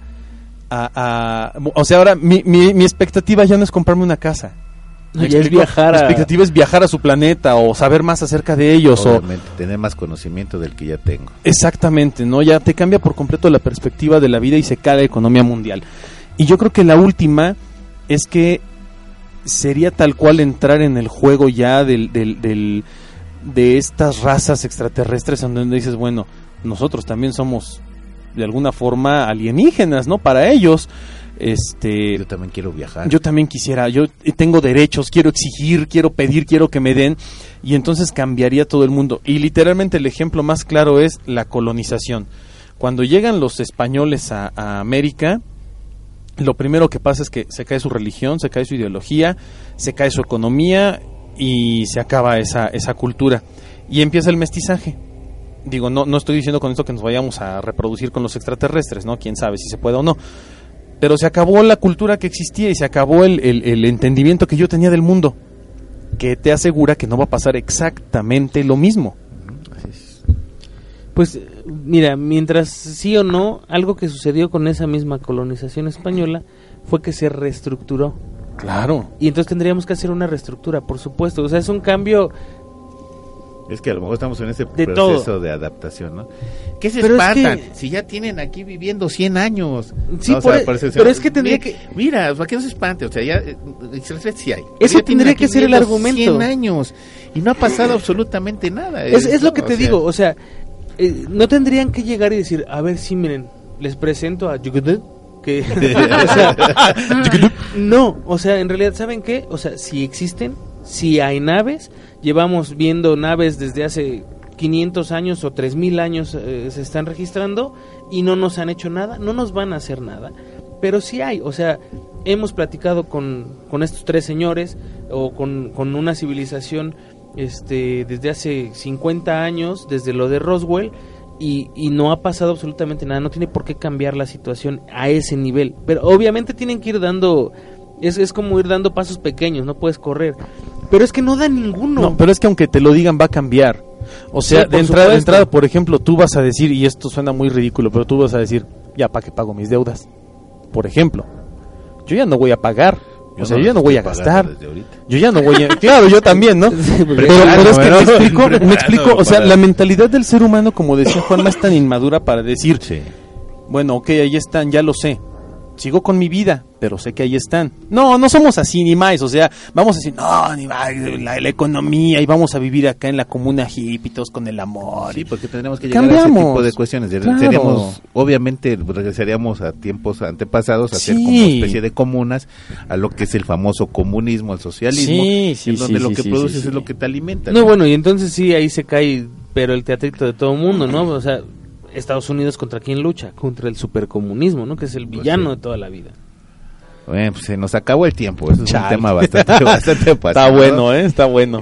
o sea, ahora mi expectativa ya no es comprarme una casa. No, ¿Me ya es explico? viajar Mi a... expectativa es viajar a su planeta o saber más acerca de ellos. Obviamente, tener más conocimiento del que ya tengo. Exactamente, ¿no? Ya te cambia por completo la perspectiva de la vida y se cae la economía mundial. Y yo creo que la última es que sería tal cual entrar en el juego ya de estas razas extraterrestres, en donde dices, bueno, nosotros también somos de alguna forma alienígenas, ¿no? Para ellos. Yo también quiero viajar. Yo también quisiera, yo tengo derechos, quiero exigir, quiero pedir, quiero que me den, y entonces cambiaría todo el mundo. Y literalmente el ejemplo más claro es la colonización. Cuando llegan los españoles a América, lo primero que pasa es que se cae su religión, se cae su ideología, se cae su economía y se acaba esa cultura. Y empieza el mestizaje. digo, no estoy diciendo con esto que nos vayamos a reproducir con los extraterrestres, ¿no? Quién sabe si se puede o no. Pero se acabó la cultura que existía y se acabó el entendimiento que yo tenía del mundo, que te asegura que no va a pasar exactamente lo mismo. Pues mira, mientras sí o no, algo que sucedió con esa misma colonización española fue que se reestructuró. Claro. Y entonces tendríamos que hacer una reestructura, por supuesto. O sea, es un cambio. Es que a lo mejor estamos en ese de proceso todo. de adaptación, ¿no? ¿Qué se Pero espantan? es que... Si ya tienen aquí viviendo 100 años. Sí, ¿no? O sea, pero es que tendría mira, que... Mira, ¿para qué no se espante? O sea, ya sí hay. Eso Ya tienen tendría aquí que ser el viviendo argumento. 100 años y no ha pasado absolutamente nada. Es lo que te o sea, digo, o sea, no tendrían que llegar y decir, a ver, sí, miren, les presento a Yugudet, que... o sea, no, o sea, en realidad, ¿saben qué? O sea, si existen, si hay naves, llevamos viendo naves desde hace 500 años o 3000 años se están registrando y no nos han hecho nada, no nos van a hacer nada, pero sí hay, o sea, hemos platicado con estos tres señores o con una civilización desde hace 50 años, desde lo de Roswell, y no ha pasado absolutamente nada, no tiene por qué cambiar la situación a ese nivel, pero obviamente tienen que ir dando, es como ir dando pasos pequeños, no puedes correr, pero es que no da ninguno. No, pero es que aunque te lo digan va a cambiar. O sea, Sí, de entrada, por ejemplo, tú vas a decir, y esto suena muy ridículo, pero tú vas a decir, ya, ¿para qué pago mis deudas? Por ejemplo, yo ya no voy a pagar. O sea, yo ya no voy a gastar. Yo ya no voy a... Claro, yo también, ¿no? Pero es que me explico, o sea, la mentalidad del ser humano, como decía Juanma, es tan inmadura para decir, Sí. bueno, ok, ahí están, ya lo sé. Sigo con mi vida, pero sé que ahí están. No somos así, ni más. O sea, vamos a decir, no, ni más, la economía, y vamos a vivir acá en la comuna hippie, todos con el amor. Sí, porque tendremos que llegar a ese tipo de cuestiones. Claro. Seríamos, obviamente, regresaríamos a tiempos antepasados, a hacer Sí. como especie de comunas, a lo que es el famoso comunismo, al socialismo, Sí, en donde lo que produces sí. es lo que te alimenta. No, bueno, y entonces sí, ahí se cae, pero el teatrito de todo mundo, ¿no? O sea, Estados Unidos ¿contra quién lucha? Contra el supercomunismo, ¿no? Que es el villano de toda la vida. Bueno, pues se nos acabó el tiempo. Eso es Chale. un tema bastante apasionado. Está bueno, está bueno.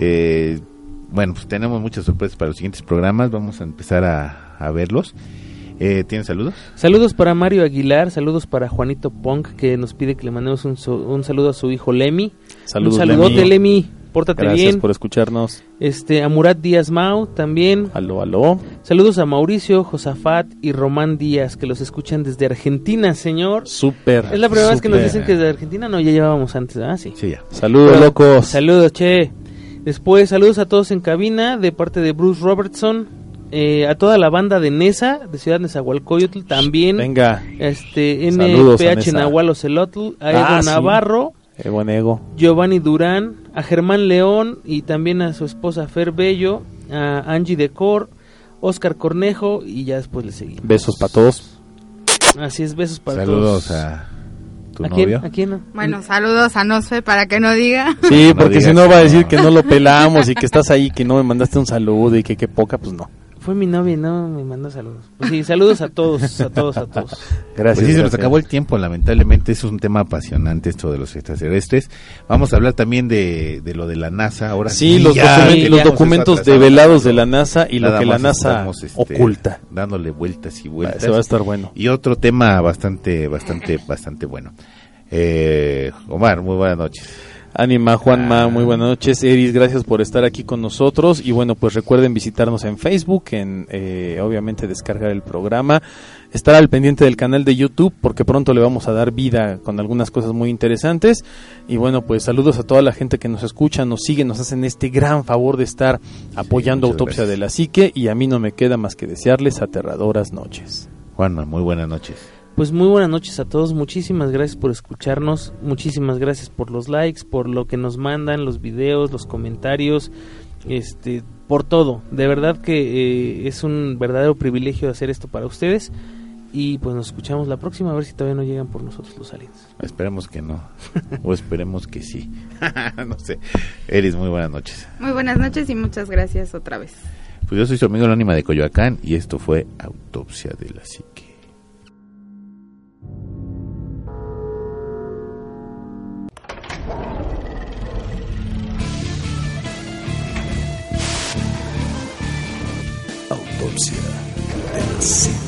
Bueno, pues tenemos muchas sorpresas para los siguientes programas. Vamos a empezar a verlos. ¿Tienes saludos? Saludos para Mario Aguilar, saludos para Juanito Punk, que nos pide que le mandemos un saludo a su hijo Lemmy. Saludos, un saludote, Lemmy. Pórtate Gracias bien. por escucharnos. A Murat Díaz Mau también. Aló. Saludos a Mauricio, Josafat y Román Díaz, que los escuchan desde Argentina, señor. Súper. Es la primera vez que nos dicen que es de Argentina. No, ya llevábamos antes. Ah, sí. Sí, ya. Saludos, Pero, locos. Saludos, che. Después, saludos a todos en cabina de parte de Bruce Robertson. A toda la banda de Nesa, de Ciudad Nezahualcóyotl, también. Venga. Saludos a NPH Nesa. Nahualocelotl, a Edo sí. Navarro, Buen ego. Giovanni Durán, a Germán León y también a su esposa Fer Bello, a Angie Decor, Oscar Cornejo y ya después le seguimos. Besos para todos. Así es, besos para Saludos todos. a tu ¿A novio. quién no? Bueno, saludos a Nosfe para que no diga. Sí, No porque digas si no va a que decir no. que no lo pelamos y que estás ahí, que no me mandaste un saludo y que qué poca, pues no. Fue mi novia y no me mandó saludos. Pues sí, saludos a todos, a todos. Gracias. Pues sí, se nos gracias. acabó el tiempo, lamentablemente. Es un tema apasionante esto de los extraterrestres. Vamos a hablar también de lo de la NASA. Ahora Sí, ya, los ya documentos vamos a estar develados de la NASA y lo Nada que la más NASA estamos, oculta. dándole vueltas y vueltas. Se va a estar bueno. Y otro tema bastante bueno. Omar, muy buenas noches. Ánima, Juanma, muy buenas noches. Eris, gracias por estar aquí con nosotros. Y bueno, pues recuerden visitarnos en Facebook, obviamente descargar el programa, estar al pendiente del canal de YouTube, porque pronto le vamos a dar vida con algunas cosas muy interesantes. Y bueno, pues saludos a toda la gente que nos escucha, nos sigue, nos hacen este gran favor de estar apoyando muchas Autopsia gracias. de la Psique. Y a mí no me queda más que desearles aterradoras noches. Juanma, muy buenas noches. Pues muy buenas noches a todos, muchísimas gracias por escucharnos, muchísimas gracias por los likes, por lo que nos mandan, los videos, los comentarios, por todo. De verdad que es un verdadero privilegio hacer esto para ustedes y pues nos escuchamos la próxima, a ver si todavía no llegan por nosotros los aliens. Esperemos que no, o esperemos que sí. No sé. Eris, muy buenas noches. Muy buenas noches y muchas gracias otra vez. Pues yo soy su amigo Anónima de Coyoacán y esto fue Autopsia de la Psique. Autopsia Autopsia de la psique.